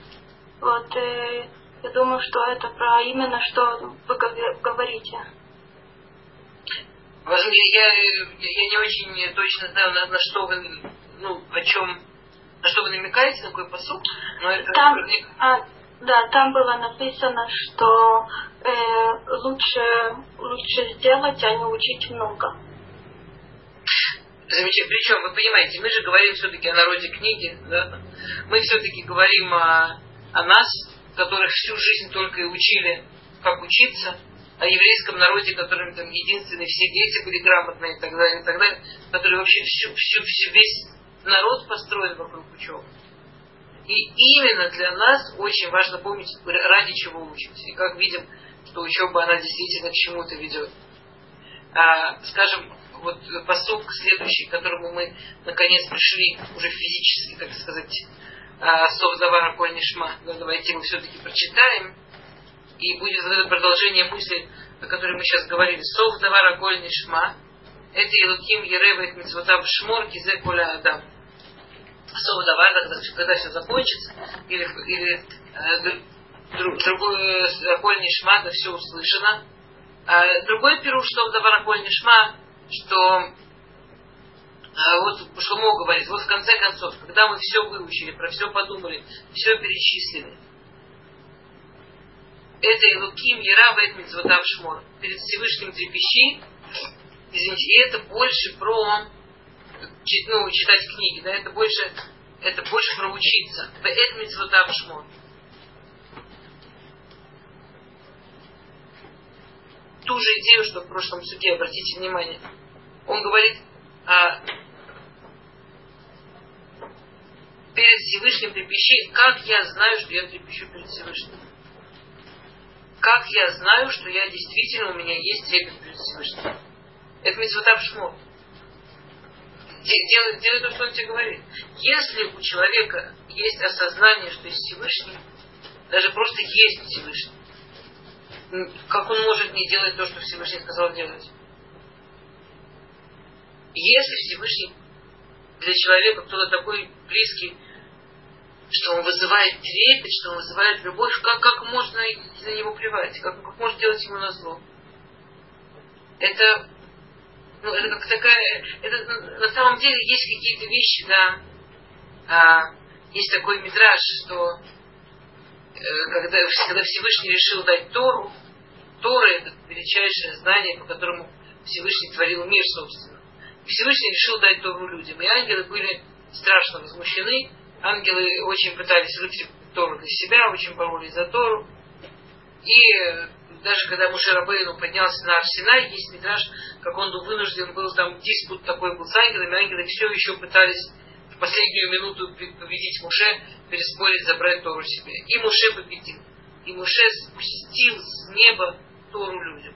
Я думаю, что это про именно что вы говорите. Я не очень точно знаю, на что вы, на что вы намекаете, на какой посуд, но это... Там было написано, что лучше сделать, а не учить много. Замечательно. Причем, вы понимаете, мы же говорим все-таки о народе книги, да? Мы все-таки говорим о нас, которых всю жизнь только и учили, как учиться, о еврейском народе, которым там единственные все дети были грамотные и так далее, который вообще весь народ построен вокруг учебы. И именно для нас очень важно помнить, ради чего учимся. И как видим, что учеба, она действительно к чему-то ведет. Скажем, пасук следующий, к которому мы наконец пришли уже физически, так сказать, сов давара коль нишма. Давайте его все-таки прочитаем. И будет это продолжение мысли, о которой мы сейчас говорили. Сов давара коль нишма. Это Элоким еревет мицвотав шмор кизе коля адам. Сов давар, когда все закончится, или другой коль нишма, да все услышано. Другой пируш сов давара коль нишма, что Шломо говорит, в конце концов, когда мы все выучили, про все подумали, все перечислили, это Элоким Ерабет Мицвотав Шмор. Перед Всевышним трепещи. Извините, и это больше про читать книги, да, это больше про учиться. Веэт Мицвотав Шмор. Ту же идею, что в прошлом суде, обратите внимание. Он говорит, перед Всевышним трепещи, как я знаю, что я трепещу перед Всевышним. Как я знаю, что я действительно, у меня есть трепет перед Всевышним. Это мицвотав шмор. Делай то, что он тебе говорит. Если у человека есть осознание, что есть Всевышний, даже просто есть Всевышний, как он может не делать то, что Всевышний сказал делать? Если Всевышний для человека кто-то такой близкий, что он вызывает трепет, что он вызывает любовь, как можно на него плевать, как можно делать ему назло? Это как такая, на самом деле есть какие-то вещи, да, есть такой мидраш, что когда Всевышний решил дать Тору, Тора — это величайшее знание, по которому Всевышний творил мир, собственно. Всевышний решил дать Тору людям, и ангелы были страшно возмущены. Ангелы очень пытались выкрепить Тору для себя, очень боролись за Тору. И даже когда Моше Рабейну поднялся на Ар-Синай, есть мидраш, как он вынужден был, там диспут такой был с ангелами, ангелы все еще пытались в последнюю минуту победить Моше, переспорить, забрать Тору себе. И Моше победил. И Моше спустил с неба Тору людям.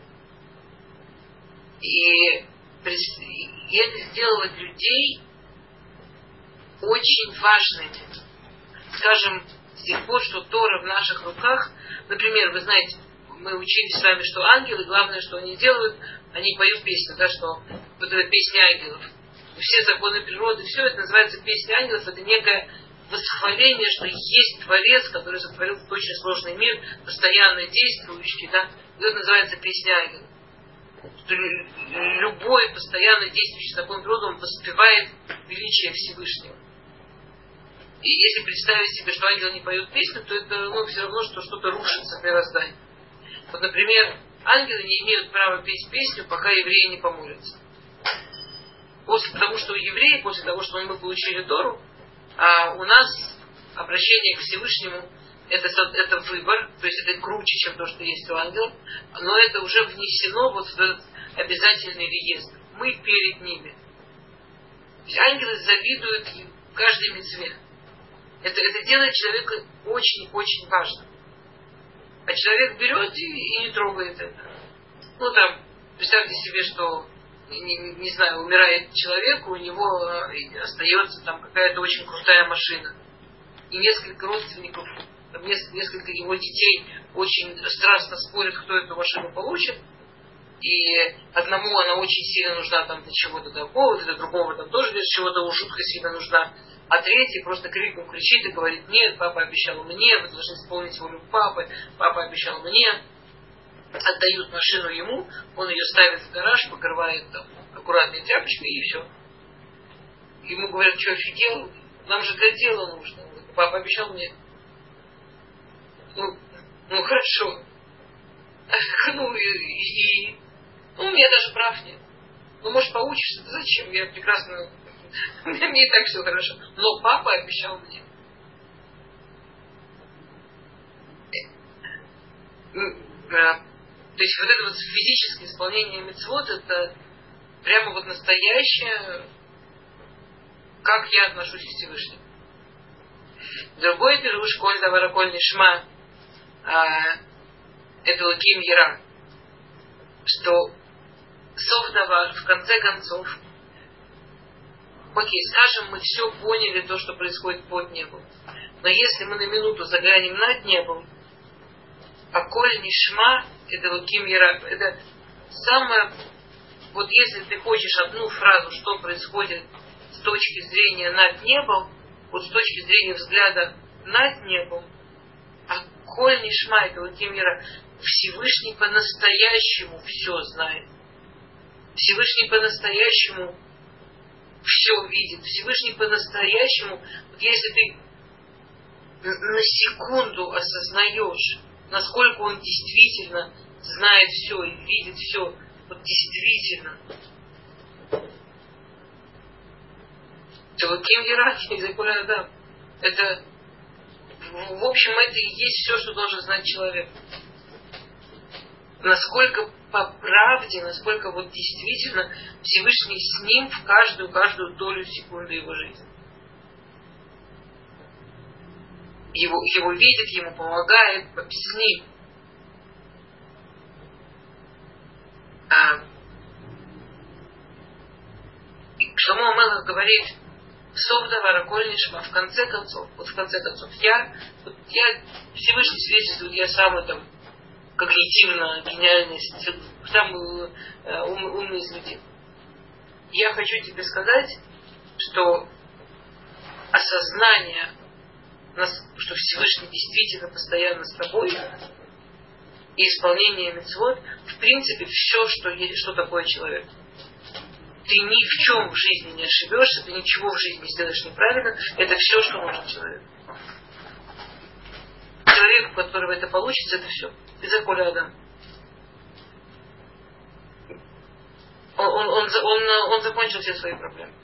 И это сделало людей очень важными. Скажем, с тех пор, что Тора в наших руках, например, вы знаете, мы учили с вами, что ангелы, главное, что они делают, они поют песню, да, что вот эта песня ангелов. все законы природы, все это называется песня ангелов, это некое восхваление, что есть Творец, который сотворил этот очень сложный мир, постоянно действующий, да, и это называется песня ангелов. Что любой постоянно действующий закон природы, он воспевает величие Всевышнего. И если представить себе, что ангелы не поют песню, то это все равно, что что-то рушится в мироздании. Вот, например, ангелы не имеют права петь песню, пока евреи не помолятся. Потому что у евреев, после того, что мы получили Тору, у нас обращение к Всевышнему это выбор, то есть это круче, чем то, что есть у ангелов, но это уже внесено вот в этот обязательный реестр. Мы перед ними. То есть ангелы завидуют каждой мицве. Это делает человека очень-очень важным. А человек берет и не трогает это. Представьте себе, что, не знаю, умирает человек, у него остается там какая-то очень крутая машина. И несколько родственников, несколько его детей очень страстно спорят, кто эту машину получит. И одному она очень сильно нужна там для чего-то такого, для другого там тоже для чего-то жутко сильно нужна. А третий просто криком кричит и говорит: нет, папа обещал мне, вы должны исполнить волю папы, папа обещал мне. Отдают машину ему, он ее ставит в гараж, покрывает там аккуратной тряпочкой и все. Ему говорят: что, офигел? Нам же для дела нужно. Папа обещал мне. Ну хорошо. У меня даже прав нет. Может, поучишься? Да зачем? Я прекрасно... Мне и так все хорошо. Но папа обещал мне. То есть вот это вот физическое исполнение мицвот, это прямо вот настоящее, как я отношусь к Всевышнему. Другой пируш, коль давара коль нишма, это лаким яра, что сов-давар, в конце концов, окей, скажем, мы все поняли, то, что происходит под небом. Но если мы на минуту заглянем над небом, а коль нишма, это лаким яра, это самое, вот если ты хочешь одну фразу, что происходит с точки зрения над небом, вот с точки зрения взгляда над небом, а коль нишма, это лаким яра, Всевышний по-настоящему все знает. Всевышний по-настоящему все видит. Всевышний по-настоящему, вот если ты на секунду осознаешь, насколько он действительно знает все и видит все, вот действительно, то лаким яра, это, в общем, это и есть все, что должен знать человек. Насколько по правде, насколько вот действительно Всевышний с ним в каждую долю секунды его жизни. Его видит, ему помогает, с ним. Шломо АМЕЛЕХ говорит: сов давара коль нишма, в конце концов, я Всевышний свидетельствует, я самый там когнитивно гениальный, самый умный из людей. Я хочу тебе сказать, что осознание, что Всевышний действительно постоянно с тобой, и исполнение мицвот, в принципе, все, что такое человек. Ты ни в чем в жизни не ошибешься, ты ничего в жизни не сделаешь неправильно, это все, что нужно человеку. Человек, у которого это получится, это все. Из-за коля Адам. Он закончил все свои проблемы.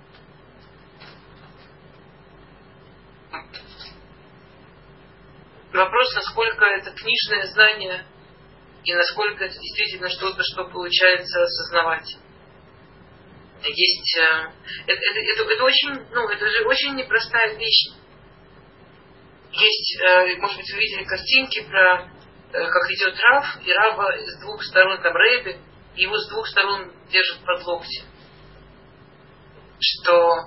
Вопрос, насколько это книжное знание и насколько это действительно что-то, что получается осознавать. Есть, это очень, это же очень непростая вещь. Есть, может быть, вы видели картинки про как идет Рав, и Раба с двух сторон, там Ребе, его с двух сторон держат под локти. Что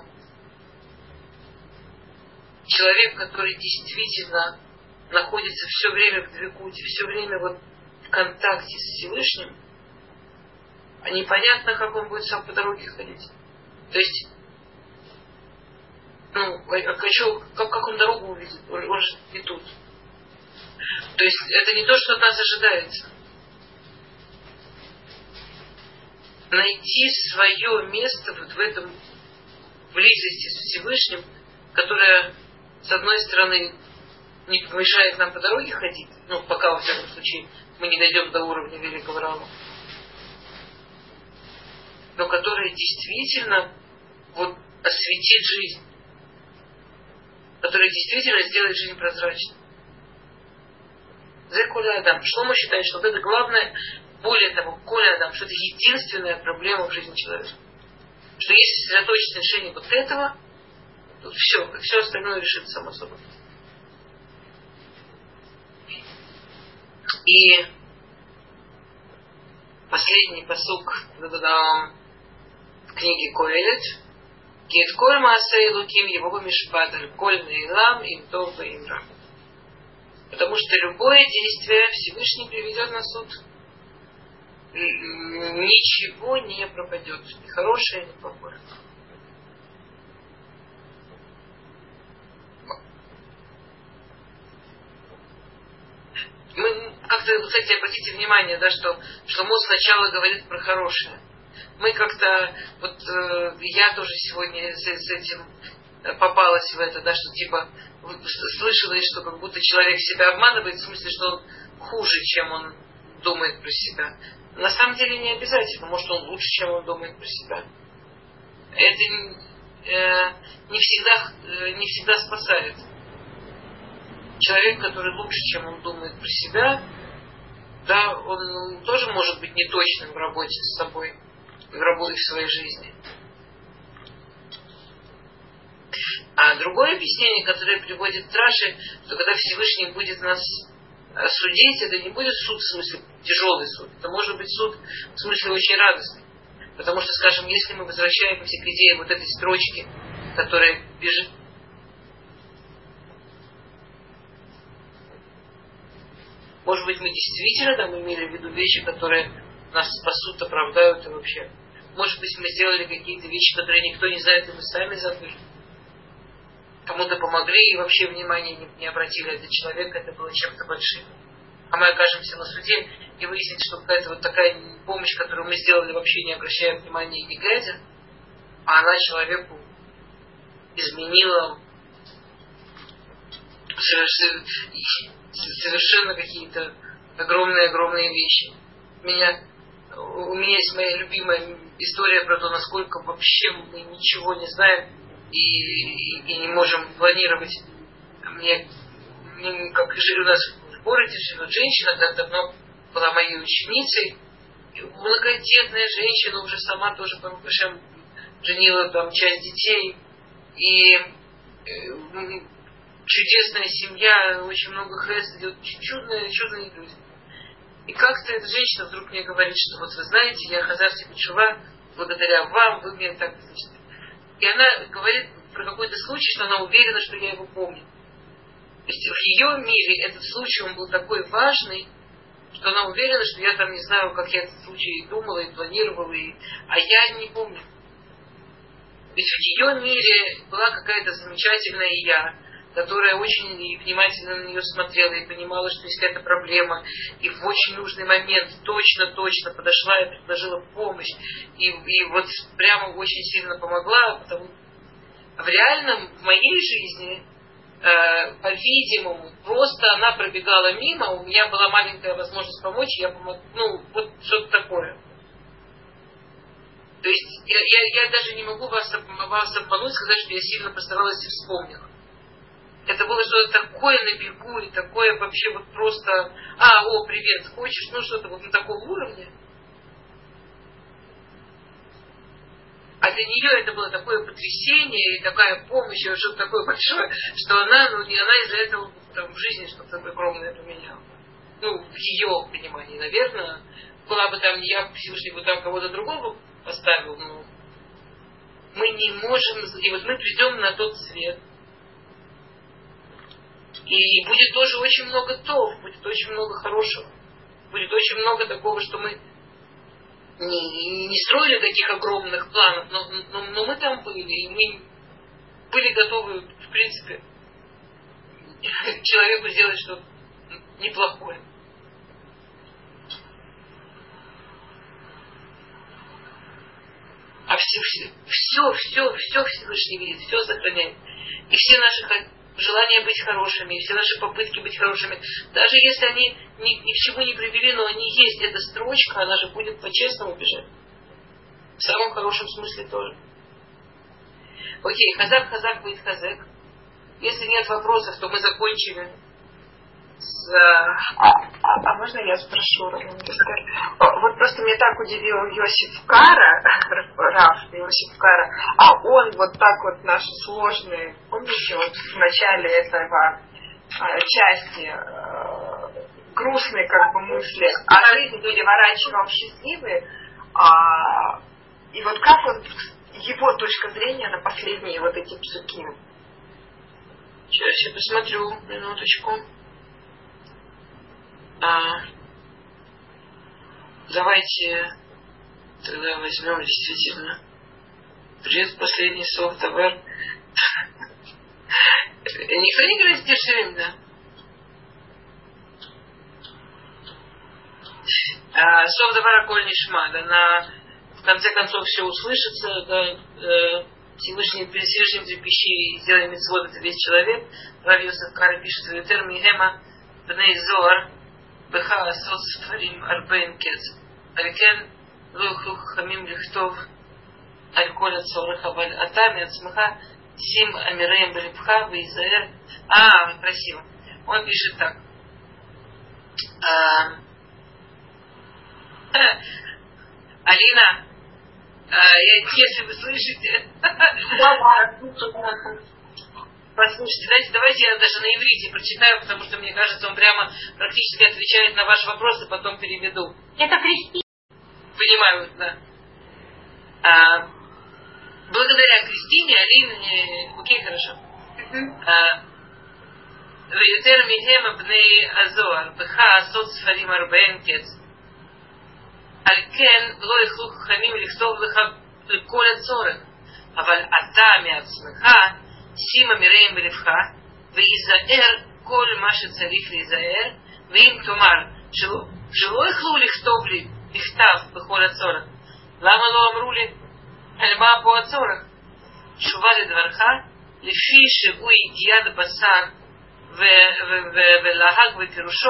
человек, который действительно находится все время в двекуте, все время вот в контакте с Всевышним, непонятно, как он будет сам по дороге ходить. То есть хочу, как он дорогу увидит, он же и тут. То есть это не то, что от нас ожидается. Найти свое место вот в этом близости с Всевышним, которая, с одной стороны, не помешает нам по дороге ходить, пока, во всяком случае, мы не дойдем до уровня великого Рава, но которая действительно осветит жизнь, которая действительно сделает жизнь прозрачной. За Коля Адам. Шломо считает, что это главное, более того, Коля Адам, что это единственная проблема в жизни человека. Что если сосредоточиться на решении вот этого, то все остальное решится само собой. И последний пасук в книге Коэлет. Кит коль маасей луким его мишпат аль коль нейлам им тов им ра. Потому что любое действие Всевышний приведет на суд. Ничего не пропадет. Ни хорошее, ни плохое. Мы как-то, кстати, обратите внимание, что Мо сначала говорит про хорошее. Мы как-то, я тоже сегодня с этим попалась в это, что типа слышала, что как будто человек себя обманывает, в смысле, что он хуже, чем он думает про себя. На самом деле не обязательно, может он лучше, чем он думает про себя. Это не всегда спасает. Человек, который лучше, чем он думает про себя, да, он тоже может быть неточным в работе с собой, в работе в своей жизни. А другое объяснение, которое приводит Раши, что когда Всевышний будет нас судить, это не будет суд в смысле тяжелый суд, это может быть суд в смысле очень радостный. Потому что, скажем, если мы возвращаемся к идее вот этой строчки, которая бежит, может быть, мы действительно там имели в виду вещи, которые нас спасут, оправдают и вообще. Может быть, мы сделали какие-то вещи, которые никто не знает, и мы сами забыли. Кому-то помогли и вообще внимания не обратили. Этот человек, это было чем-то большим. А мы окажемся на суде и выяснится, что какая-то такая помощь, которую мы сделали, вообще не обращая внимания и не глядя, а она человеку изменила совершенно какие-то огромные вещи. У меня есть моя любимая история про то, насколько вообще мы ничего не знаем и не можем планировать. Как у нас в городе живет женщина, когда давно была моей ученицей, многодетная женщина, уже сама тоже женила часть детей, и чудесная семья, очень много хесед, делают чудные люди. И как-то эта женщина вдруг мне говорит, что вы знаете, я хазарти бетшува, благодаря вам, вы мне так... И она говорит про какой-то случай, что она уверена, что я его помню. То есть в ее мире этот случай, он был такой важный, что она уверена, что я там не знаю, как я этот случай думала и планировала, а я не помню. Ведь в ее мире была какая-то замечательная я, которая очень внимательно на нее смотрела и понимала, что есть какая-то проблема, и в очень нужный момент точно подошла и предложила помощь, и прямо очень сильно помогла, потому в реальном, в моей жизни, по-видимому, просто она пробегала мимо, у меня была маленькая возможность помочь, я помогла, что-то такое. То есть я даже не могу вас обмануть, сказать, что я сильно постаралась и вспомнила. Это было что-то такое на бегу, и такое вообще просто, привет, хочешь, что-то на таком уровне. А для нее это было такое потрясение и такая помощь, и что-то такое большое, что она из-за этого в жизни что-то огромное поменяла. В ее понимании, наверное, была бы там не я, Всевышний бы там кого-то другого поставил, но мы не можем, и мы придем на тот свет, и будет тоже очень много тов, будет очень много хорошего, будет очень много такого, что мы не строили таких огромных планов, но мы там были, и мы были готовы, в принципе, человеку сделать что-то неплохое. А все Всевышний видит, все сохраняет. И все наши желания быть хорошими, и все наши попытки быть хорошими, даже если они ни к чему не привели, но они есть, эта строчка, она же будет по-честному бежать. В самом хорошем смысле тоже. Окей, хазак будет хазек. Если нет вопросов, то мы закончили А можно я спрошу, вот просто меня так удивил Йосиф Кара, Рав Йосиф Кара, а он вот так вот наши сложные, помните, вот в начале этого части грустные как бы мысли, а жизнь переворачивал в счастливые, и вот как он, его точка зрения на последние вот эти псуки? Сейчас я посмотрю, минуточку. Давайте тогда возьмем действительно предпоследний сов товар. Никто не говорит Тиршевим, да? Сов товара коль нишма, да, в конце концов все услышится, да, Всевышний пищи и сделай митцвот, это весь человек. Рав Йосеф Кара пишет в Ютер Михема Бней Зоар Беха Асот Сфарим Арбейн Кец Алькен Луху Хамим Лихтов Аль-Коля Цорах Аваль Атами Ацмаха Сим Амиреем Балибха Визаэр. Красиво. Он пишет так. Алина, если вы слышите, послушайте, давайте я даже на иврите прочитаю, потому что мне кажется, он прямо практически отвечает на ваш вопрос, и потом переведу. Это Кристина. Понимаю, да. Благодаря Кристине, Алине, окей, хорошо. ויותר מהם בני הזוהר, בך עשות ספרים ארבעים קץ. על כן לא יכלו חכמים לכתוב לך לכל הצורך, אבל אתה מעצמך שימה מרעים בלבך, ויזהר כל מה שצריך להיזהר, ואם תאמר שלא יכלו לכתוב לי בכתב בכל הצורך, למה לא אמרו לי על מה פה הצורך? תשובה לדברך, לפי שהוא הגיע לבשר ולהג בפירושו,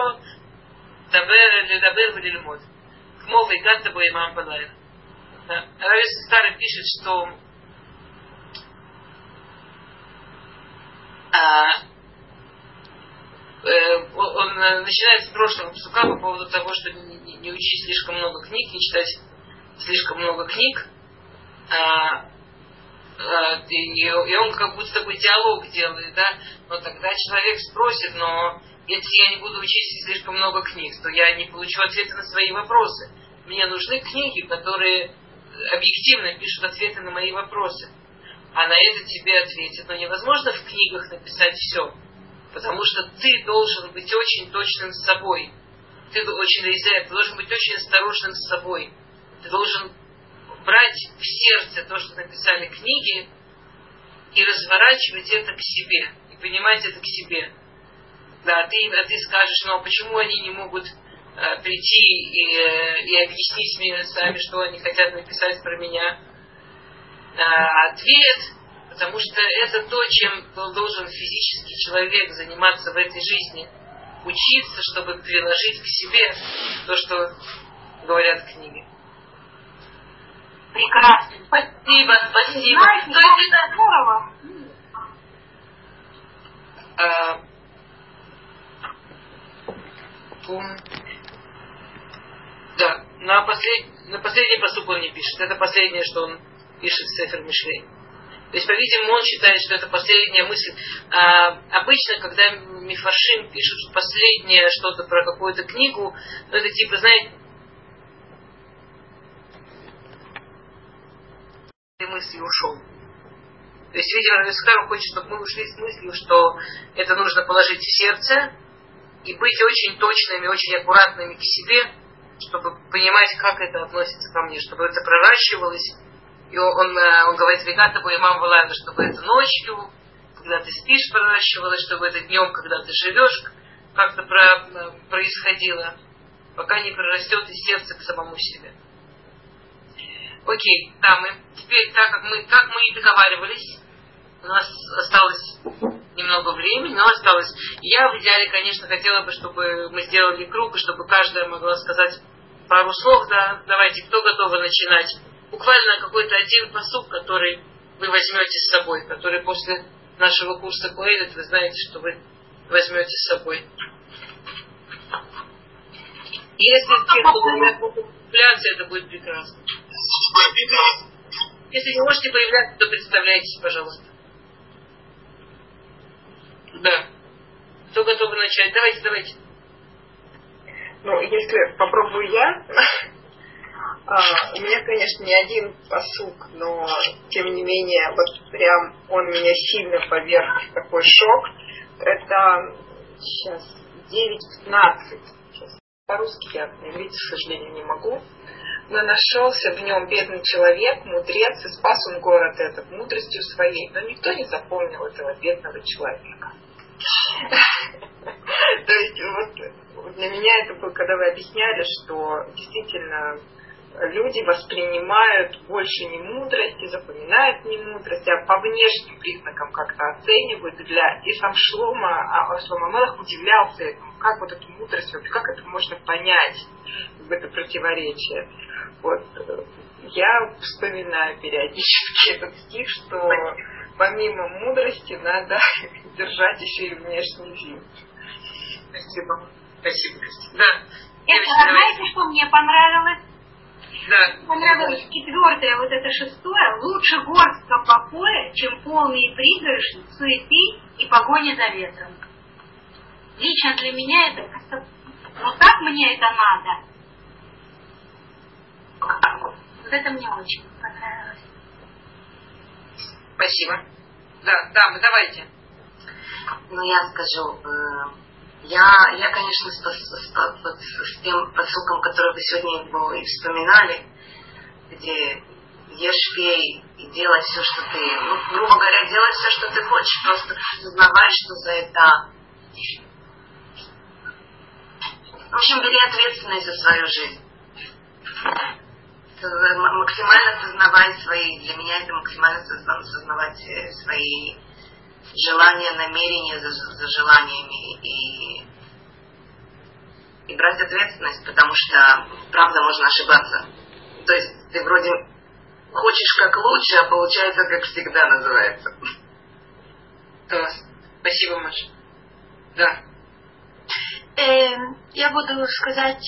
לדבר וללמוד. כמו והגעת בו עמם בלילה. Рав Йосеф Кара пишет, что он начинает с прошлого псука по поводу того, что не учить слишком много книг, не читать слишком много книг. И он как будто такой диалог делает, да, но тогда человек спросит, но если я не буду учить слишком много книг, то я не получу ответы на свои вопросы. Мне нужны книги, которые объективно пишут ответы на мои вопросы. А на это тебе ответят. Но невозможно в книгах написать все, потому что ты должен быть очень точным с собой. Ты должен быть очень осторожным с собой. Ты должен брать в сердце то, что написали книги, и разворачивать это к себе, и понимать это к себе. Да, ты скажешь, но почему они не могут прийти и объяснить мне сами, что они хотят написать про меня? Ответ, потому что это то, чем должен физический человек заниматься в этой жизни. Учиться, чтобы приложить к себе то, что говорят книги. Прекрасно. Спасибо. Знаете, То есть это здорово. Да, на последний пасук он не пишет. Это последнее, что он пишет в Сефер Мишлей. То есть, по-видимому, он считает, что это последняя мысль. Обычно, когда мифаршим пишут последнее что-то про какую-то книгу, ну, это типа, знаете, мысли ушел. То есть, видимо, Равискару хочет, чтобы мы ушли с мыслью, что это нужно положить в сердце и быть очень точными, очень аккуратными к себе, чтобы понимать, как это относится ко мне, чтобы это проращивалось И он говорит, веката имам валайна, чтобы это ночью, когда ты спишь, проращивалось, чтобы это днем, когда ты живешь, как-то происходило, пока не прорастет из сердца к самому себе. Окей, да, мы теперь, так как мы и договаривались, у нас осталось немного времени, но осталось. Я в идеале, конечно, хотела бы, чтобы мы сделали круг, и чтобы каждая могла сказать пару слов, да, давайте, кто готовы начинать? Буквально какой-то один пасук, который вы возьмете с собой, который после нашего курса Коэлет, вы знаете, что вы возьмете с собой. Если те, кто могут появляться, это будет прекрасно. Если не можете появляться, то представляйтесь, пожалуйста. Да. Кто готов начать? Давайте. Ну, если попробую я, у меня, конечно, не один пасук, но, тем не менее, вот прям он меня сильно поверг в такой шок. Это сейчас 9:15. Сейчас по-русски я видеть, к сожалению, не могу. Но нашелся в нем бедный человек, мудрец, и спас он город этот мудростью своей. Но никто не запомнил этого бедного человека. То есть вот для меня это было, когда вы объясняли, что действительно люди воспринимают больше не мудрость и запоминают не мудрость, а по внешним признакам как-то оценивают. И сам Шломо Мелех удивлялся этому, как вот эту мудрость, как это можно понять, это противоречие. Вот я вспоминаю периодически этот стих, что помимо мудрости надо держать еще и внешний вид. Спасибо, Кристина. Да. Знаете, что мне понравилось? Да. Понравилось 4-е, вот это 6-е. Лучше горстка покоя, чем полные пригоршни, суеты и погони за ветром. Лично для меня это просто... Вот так мне это надо. Вот это мне очень понравилось. Спасибо. Да, давайте. Ну, я скажу, я, конечно, с тем посылком, который вы сегодня его и вспоминали, где ешь, пей и делай все, что ты, грубо говоря, делай все, что ты хочешь, просто осознавай, что за это. В общем, бери ответственность за свою жизнь. Максимально осознавай свои, для меня это максимально осознавать свои желания, намерения за желаниями и брать ответственность, потому что правда можно ошибаться. То есть ты вроде хочешь как лучше, а получается как всегда называется. Класс. Спасибо, Маша. Да. Я буду сказать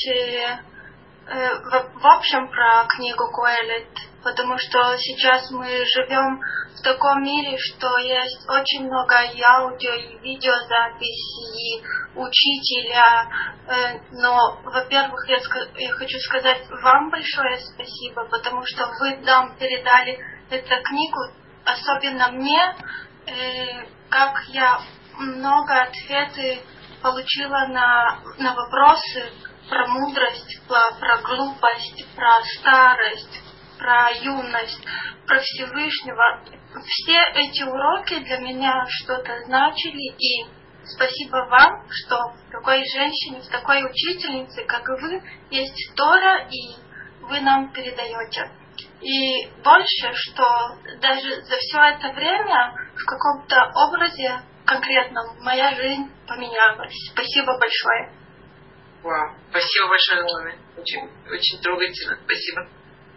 в общем про книгу Коэлет, потому что сейчас мы живем в таком мире, что есть очень много и аудио, и видеозаписей, и учителя. Но, во-первых, я хочу сказать вам большое спасибо, потому что вы нам передали эту книгу, особенно мне, как я много ответов получила на вопросы про мудрость, про глупость, про старость, про юность, про Всевышнего. Все эти уроки для меня что-то значили, и спасибо вам, что в такой женщине, в такой учительнице, как и вы, есть Тора, и вы нам передаете. И больше, что даже за все это время в каком-то образе конкретном моя жизнь поменялась. Спасибо большое. Вау, спасибо большое, Наоми. Очень, очень трогательно. Спасибо.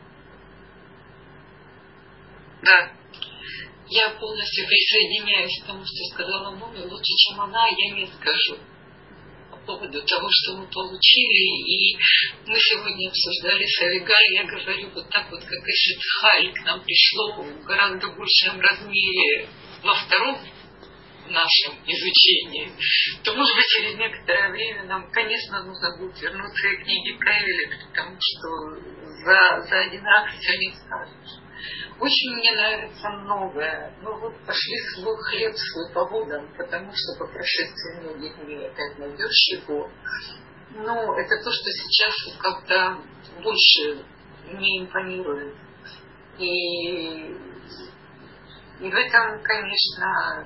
Да. Я полностью присоединяюсь к тому, что сказала Наоми. Лучше, чем она, я не скажу. По поводу того, что мы получили. И мы сегодня обсуждали с Авигаль. Я говорю, вот так вот, как Эшет Халь к нам пришло в гораздо большем размере во втором нашем изучении, то, может быть, через некоторое время нам, конечно, нужно будет вернуться к книге Коэлет, потому что за один раз все не скажешь. Очень мне нравится многое. Ну вот пошли свой хлеб, свой по водам, потому что по прошествии многих дней опять найдешь его. Но это то, что сейчас как-то больше не импонирует. И в этом, конечно,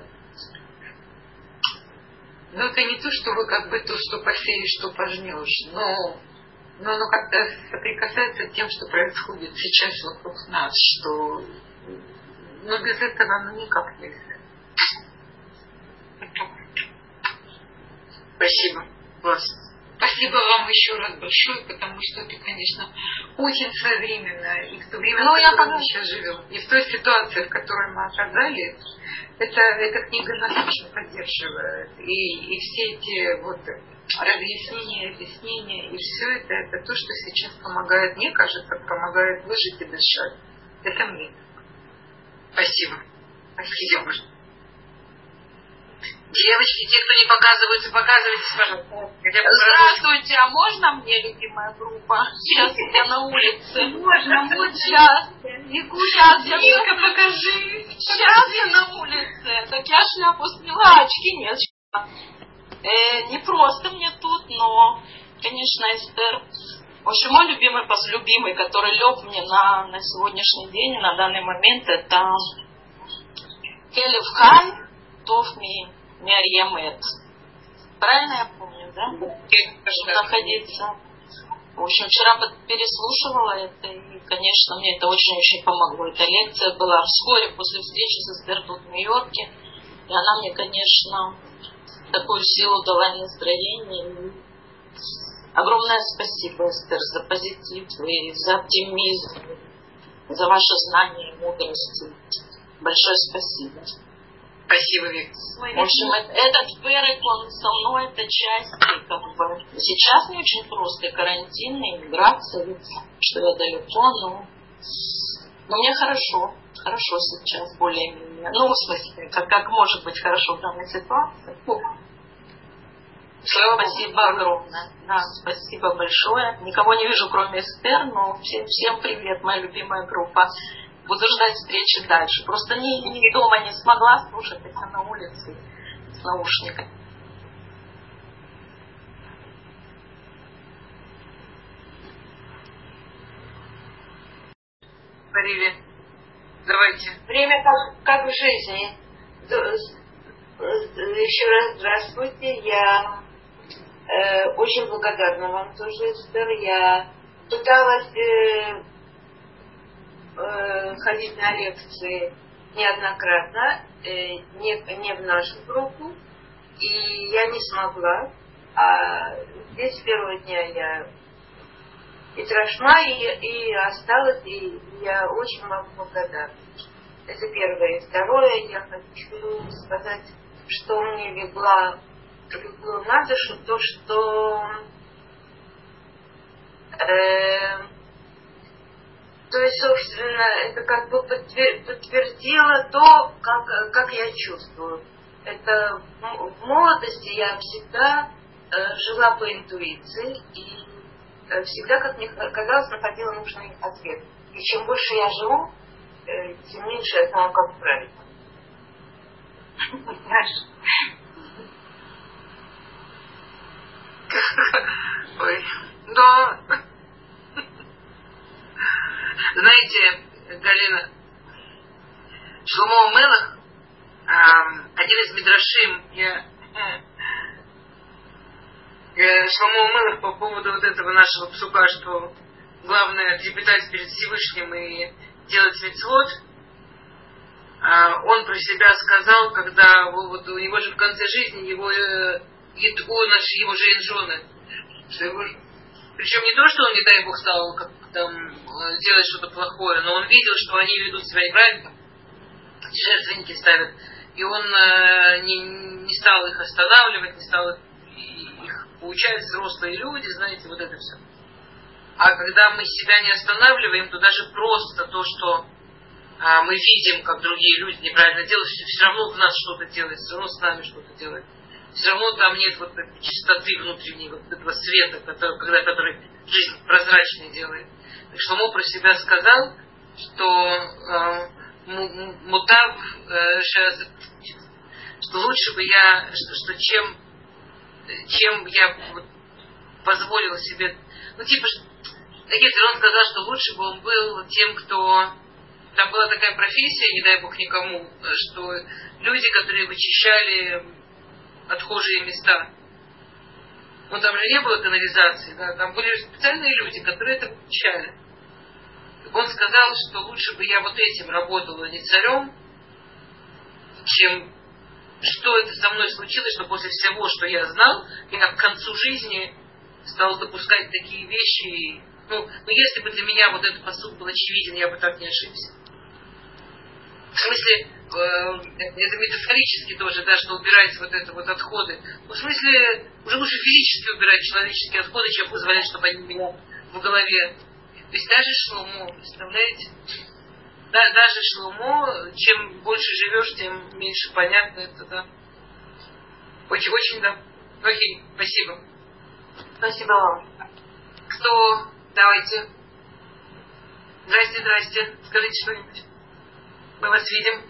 это не то, что вы как бы то, что посеешь, что пожнешь, но как-то соприкасается с тем, что происходит сейчас вокруг нас, что без этого никак нельзя. Спасибо. Классно. Спасибо вам еще раз большое, потому что это, конечно, очень современно. И в то время, в котором мы сейчас живем, и в той ситуации, в которой мы оказались, эта книга нас очень поддерживает. И все эти разъяснения, объяснения, и все это то, что сейчас помогает, мне кажется, помогает выжить и дышать. Это мне. Спасибо. Спасибо. Девочки, те, кто не показываются, показывайтесь, пожалуйста. Здравствуйте, а можно мне, любимая группа? Сейчас я на улице. Можно, вот сейчас. Сейчас, Вика, покажи. Сейчас я на улице. Так я шляпу сняла, очки нет. Не просто мне тут, но, конечно, Эстер. В общем, мой любимый, который лег мне на сегодняшний день, на данный момент, это Келев Хан, Тофми Миарьямет. Правильно я помню, да? Находиться. В общем, вчера переслушивала это, и, конечно, мне это очень-очень помогло. Эта лекция была вскоре после встречи с Эстер тут в Нью-Йорке, и она мне, конечно, такую силу дала, настроение. Огромное спасибо, Эстер, за позитив и за оптимизм, за ваше знание и мудрость. Большое спасибо. Спасибо, Вик. В общем, этот перек, он со мной, это часть, как бы. Сейчас не очень просто, карантин, иммиграция, что я далеко, но мне хорошо сейчас, более-менее. В смысле, как может быть хорошо в данной ситуации. Спасибо огромное. Да, спасибо большое. Никого не вижу, кроме Эстер, но всем привет, моя любимая группа. Буду ждать встречи дальше. Просто ни дома не смогла слушать, это на улице с наушниками. Говорили. Давайте. Время как в жизни. Еще раз здравствуйте. Я очень благодарна вам тоже, Эстер. Я пыталась ходить на лекции неоднократно, не в нашу группу, и я не смогла. А здесь с первого дня я и трошма, и осталась, и я очень вам благодарна. Это первое. И второе, я хочу сказать, что мне легло на душу, то, что то есть, собственно, это как бы подтвердило то, как я чувствую. Это в молодости я всегда жила по интуиции и всегда, как мне казалось, находила нужный ответ. И чем больше я живу, тем меньше я знаю, как правильно. Ой, да. Знаете, Галина, Шломо Мелах, один из мидрашим, Шломо Мелах по поводу этого нашего псука, что главное трепетать перед Всевышним и делать мицвот, он про себя сказал, когда у него же в конце жизни его жены, что его, причем не то, что он, не дай Бог, стал делать что-то плохое, но он видел, что они ведут себя неправильно, жертвенники ставят, и он не стал их останавливать, не стал их поучать, взрослые люди, знаете, вот это все. А когда мы себя не останавливаем, то даже просто то, что мы видим, как другие люди неправильно делают, все равно в нас что-то делает, все равно с нами что-то делает. Все равно там нет вот этой чистоты внутренней, вот этого света, который жизнь прозрачной делает. Так что Мо про себя сказал, что мутав, что лучше бы я, что чем я позволил себе, он сказал, что лучше бы он был тем, кто там была такая профессия, не дай бог никому, что люди, которые вычищали отхожие места. Ну, там же не было канализации, да, там были специальные люди, которые это вычищали. Он сказал, что лучше бы я вот этим работала, не царем, чем что это со мной случилось, что после всего, что я знал, я к концу жизни стал допускать такие вещи. Ну, если бы для меня вот этот посыл был очевиден, я бы так не ошибся. В смысле, это метафорически тоже, да, что убирать вот это вот отходы. Ну, в смысле, уже лучше физически убирать человеческие отходы, чем позволять, чтобы они у меня в голове. То есть даже Шломо, представляете? Да, даже Шломо, чем больше живешь, тем меньше понятно это, да. Очень, да. Окей, спасибо. Спасибо вам. Кто? Давайте. Здрасте. Скажите что-нибудь. Мы вас видим.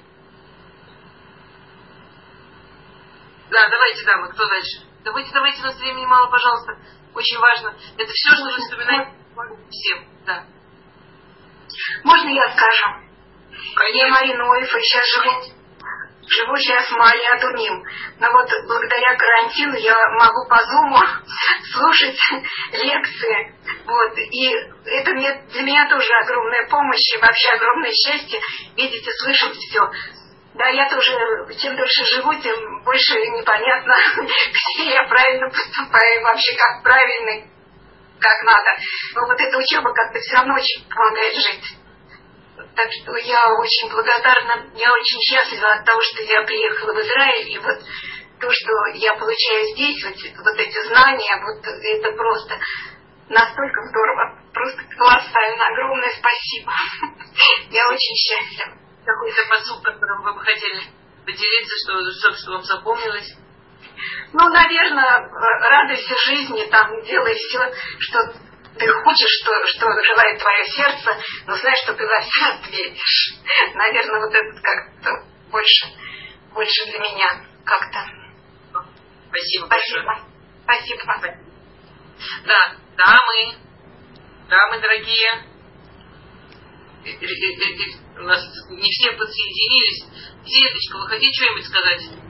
Да, давайте, дамы, кто дальше? Давайте, у нас времени мало, пожалуйста. Очень важно. Это все, что вы вспоминаете всем. Да. Можно я скажу? Конечно. Я Марина Уэйфа, сейчас живу сейчас в Маале Адумим. Но вот благодаря карантину я могу по зуму слушать лекции. Вот. И это для меня тоже огромная помощь и вообще огромное счастье видеть и слышать все. Да, я тоже, чем дольше живу, тем больше непонятно, где я правильно поступаю, вообще как правильно, как надо. Но вот эта учеба как-то все равно очень помогает жить. Так что я очень благодарна, я очень счастлива от того, что я приехала в Израиль, и вот то, что я получаю здесь, вот эти знания, вот это просто настолько здорово, просто колоссально, огромное спасибо. Я очень счастлива. Какой-то посыл, которым вы бы хотели поделиться, что вам запомнилось? Ну, наверное, радуйся жизни, там, делай все, что ты хочешь, что желает твое сердце, но знаешь, что ты за все ответишь. Наверное, вот это как-то больше для меня как-то. Спасибо большое. Спасибо. Да, дамы дорогие. У нас не все подсоединились. Светочка, вы хотите что-нибудь сказать?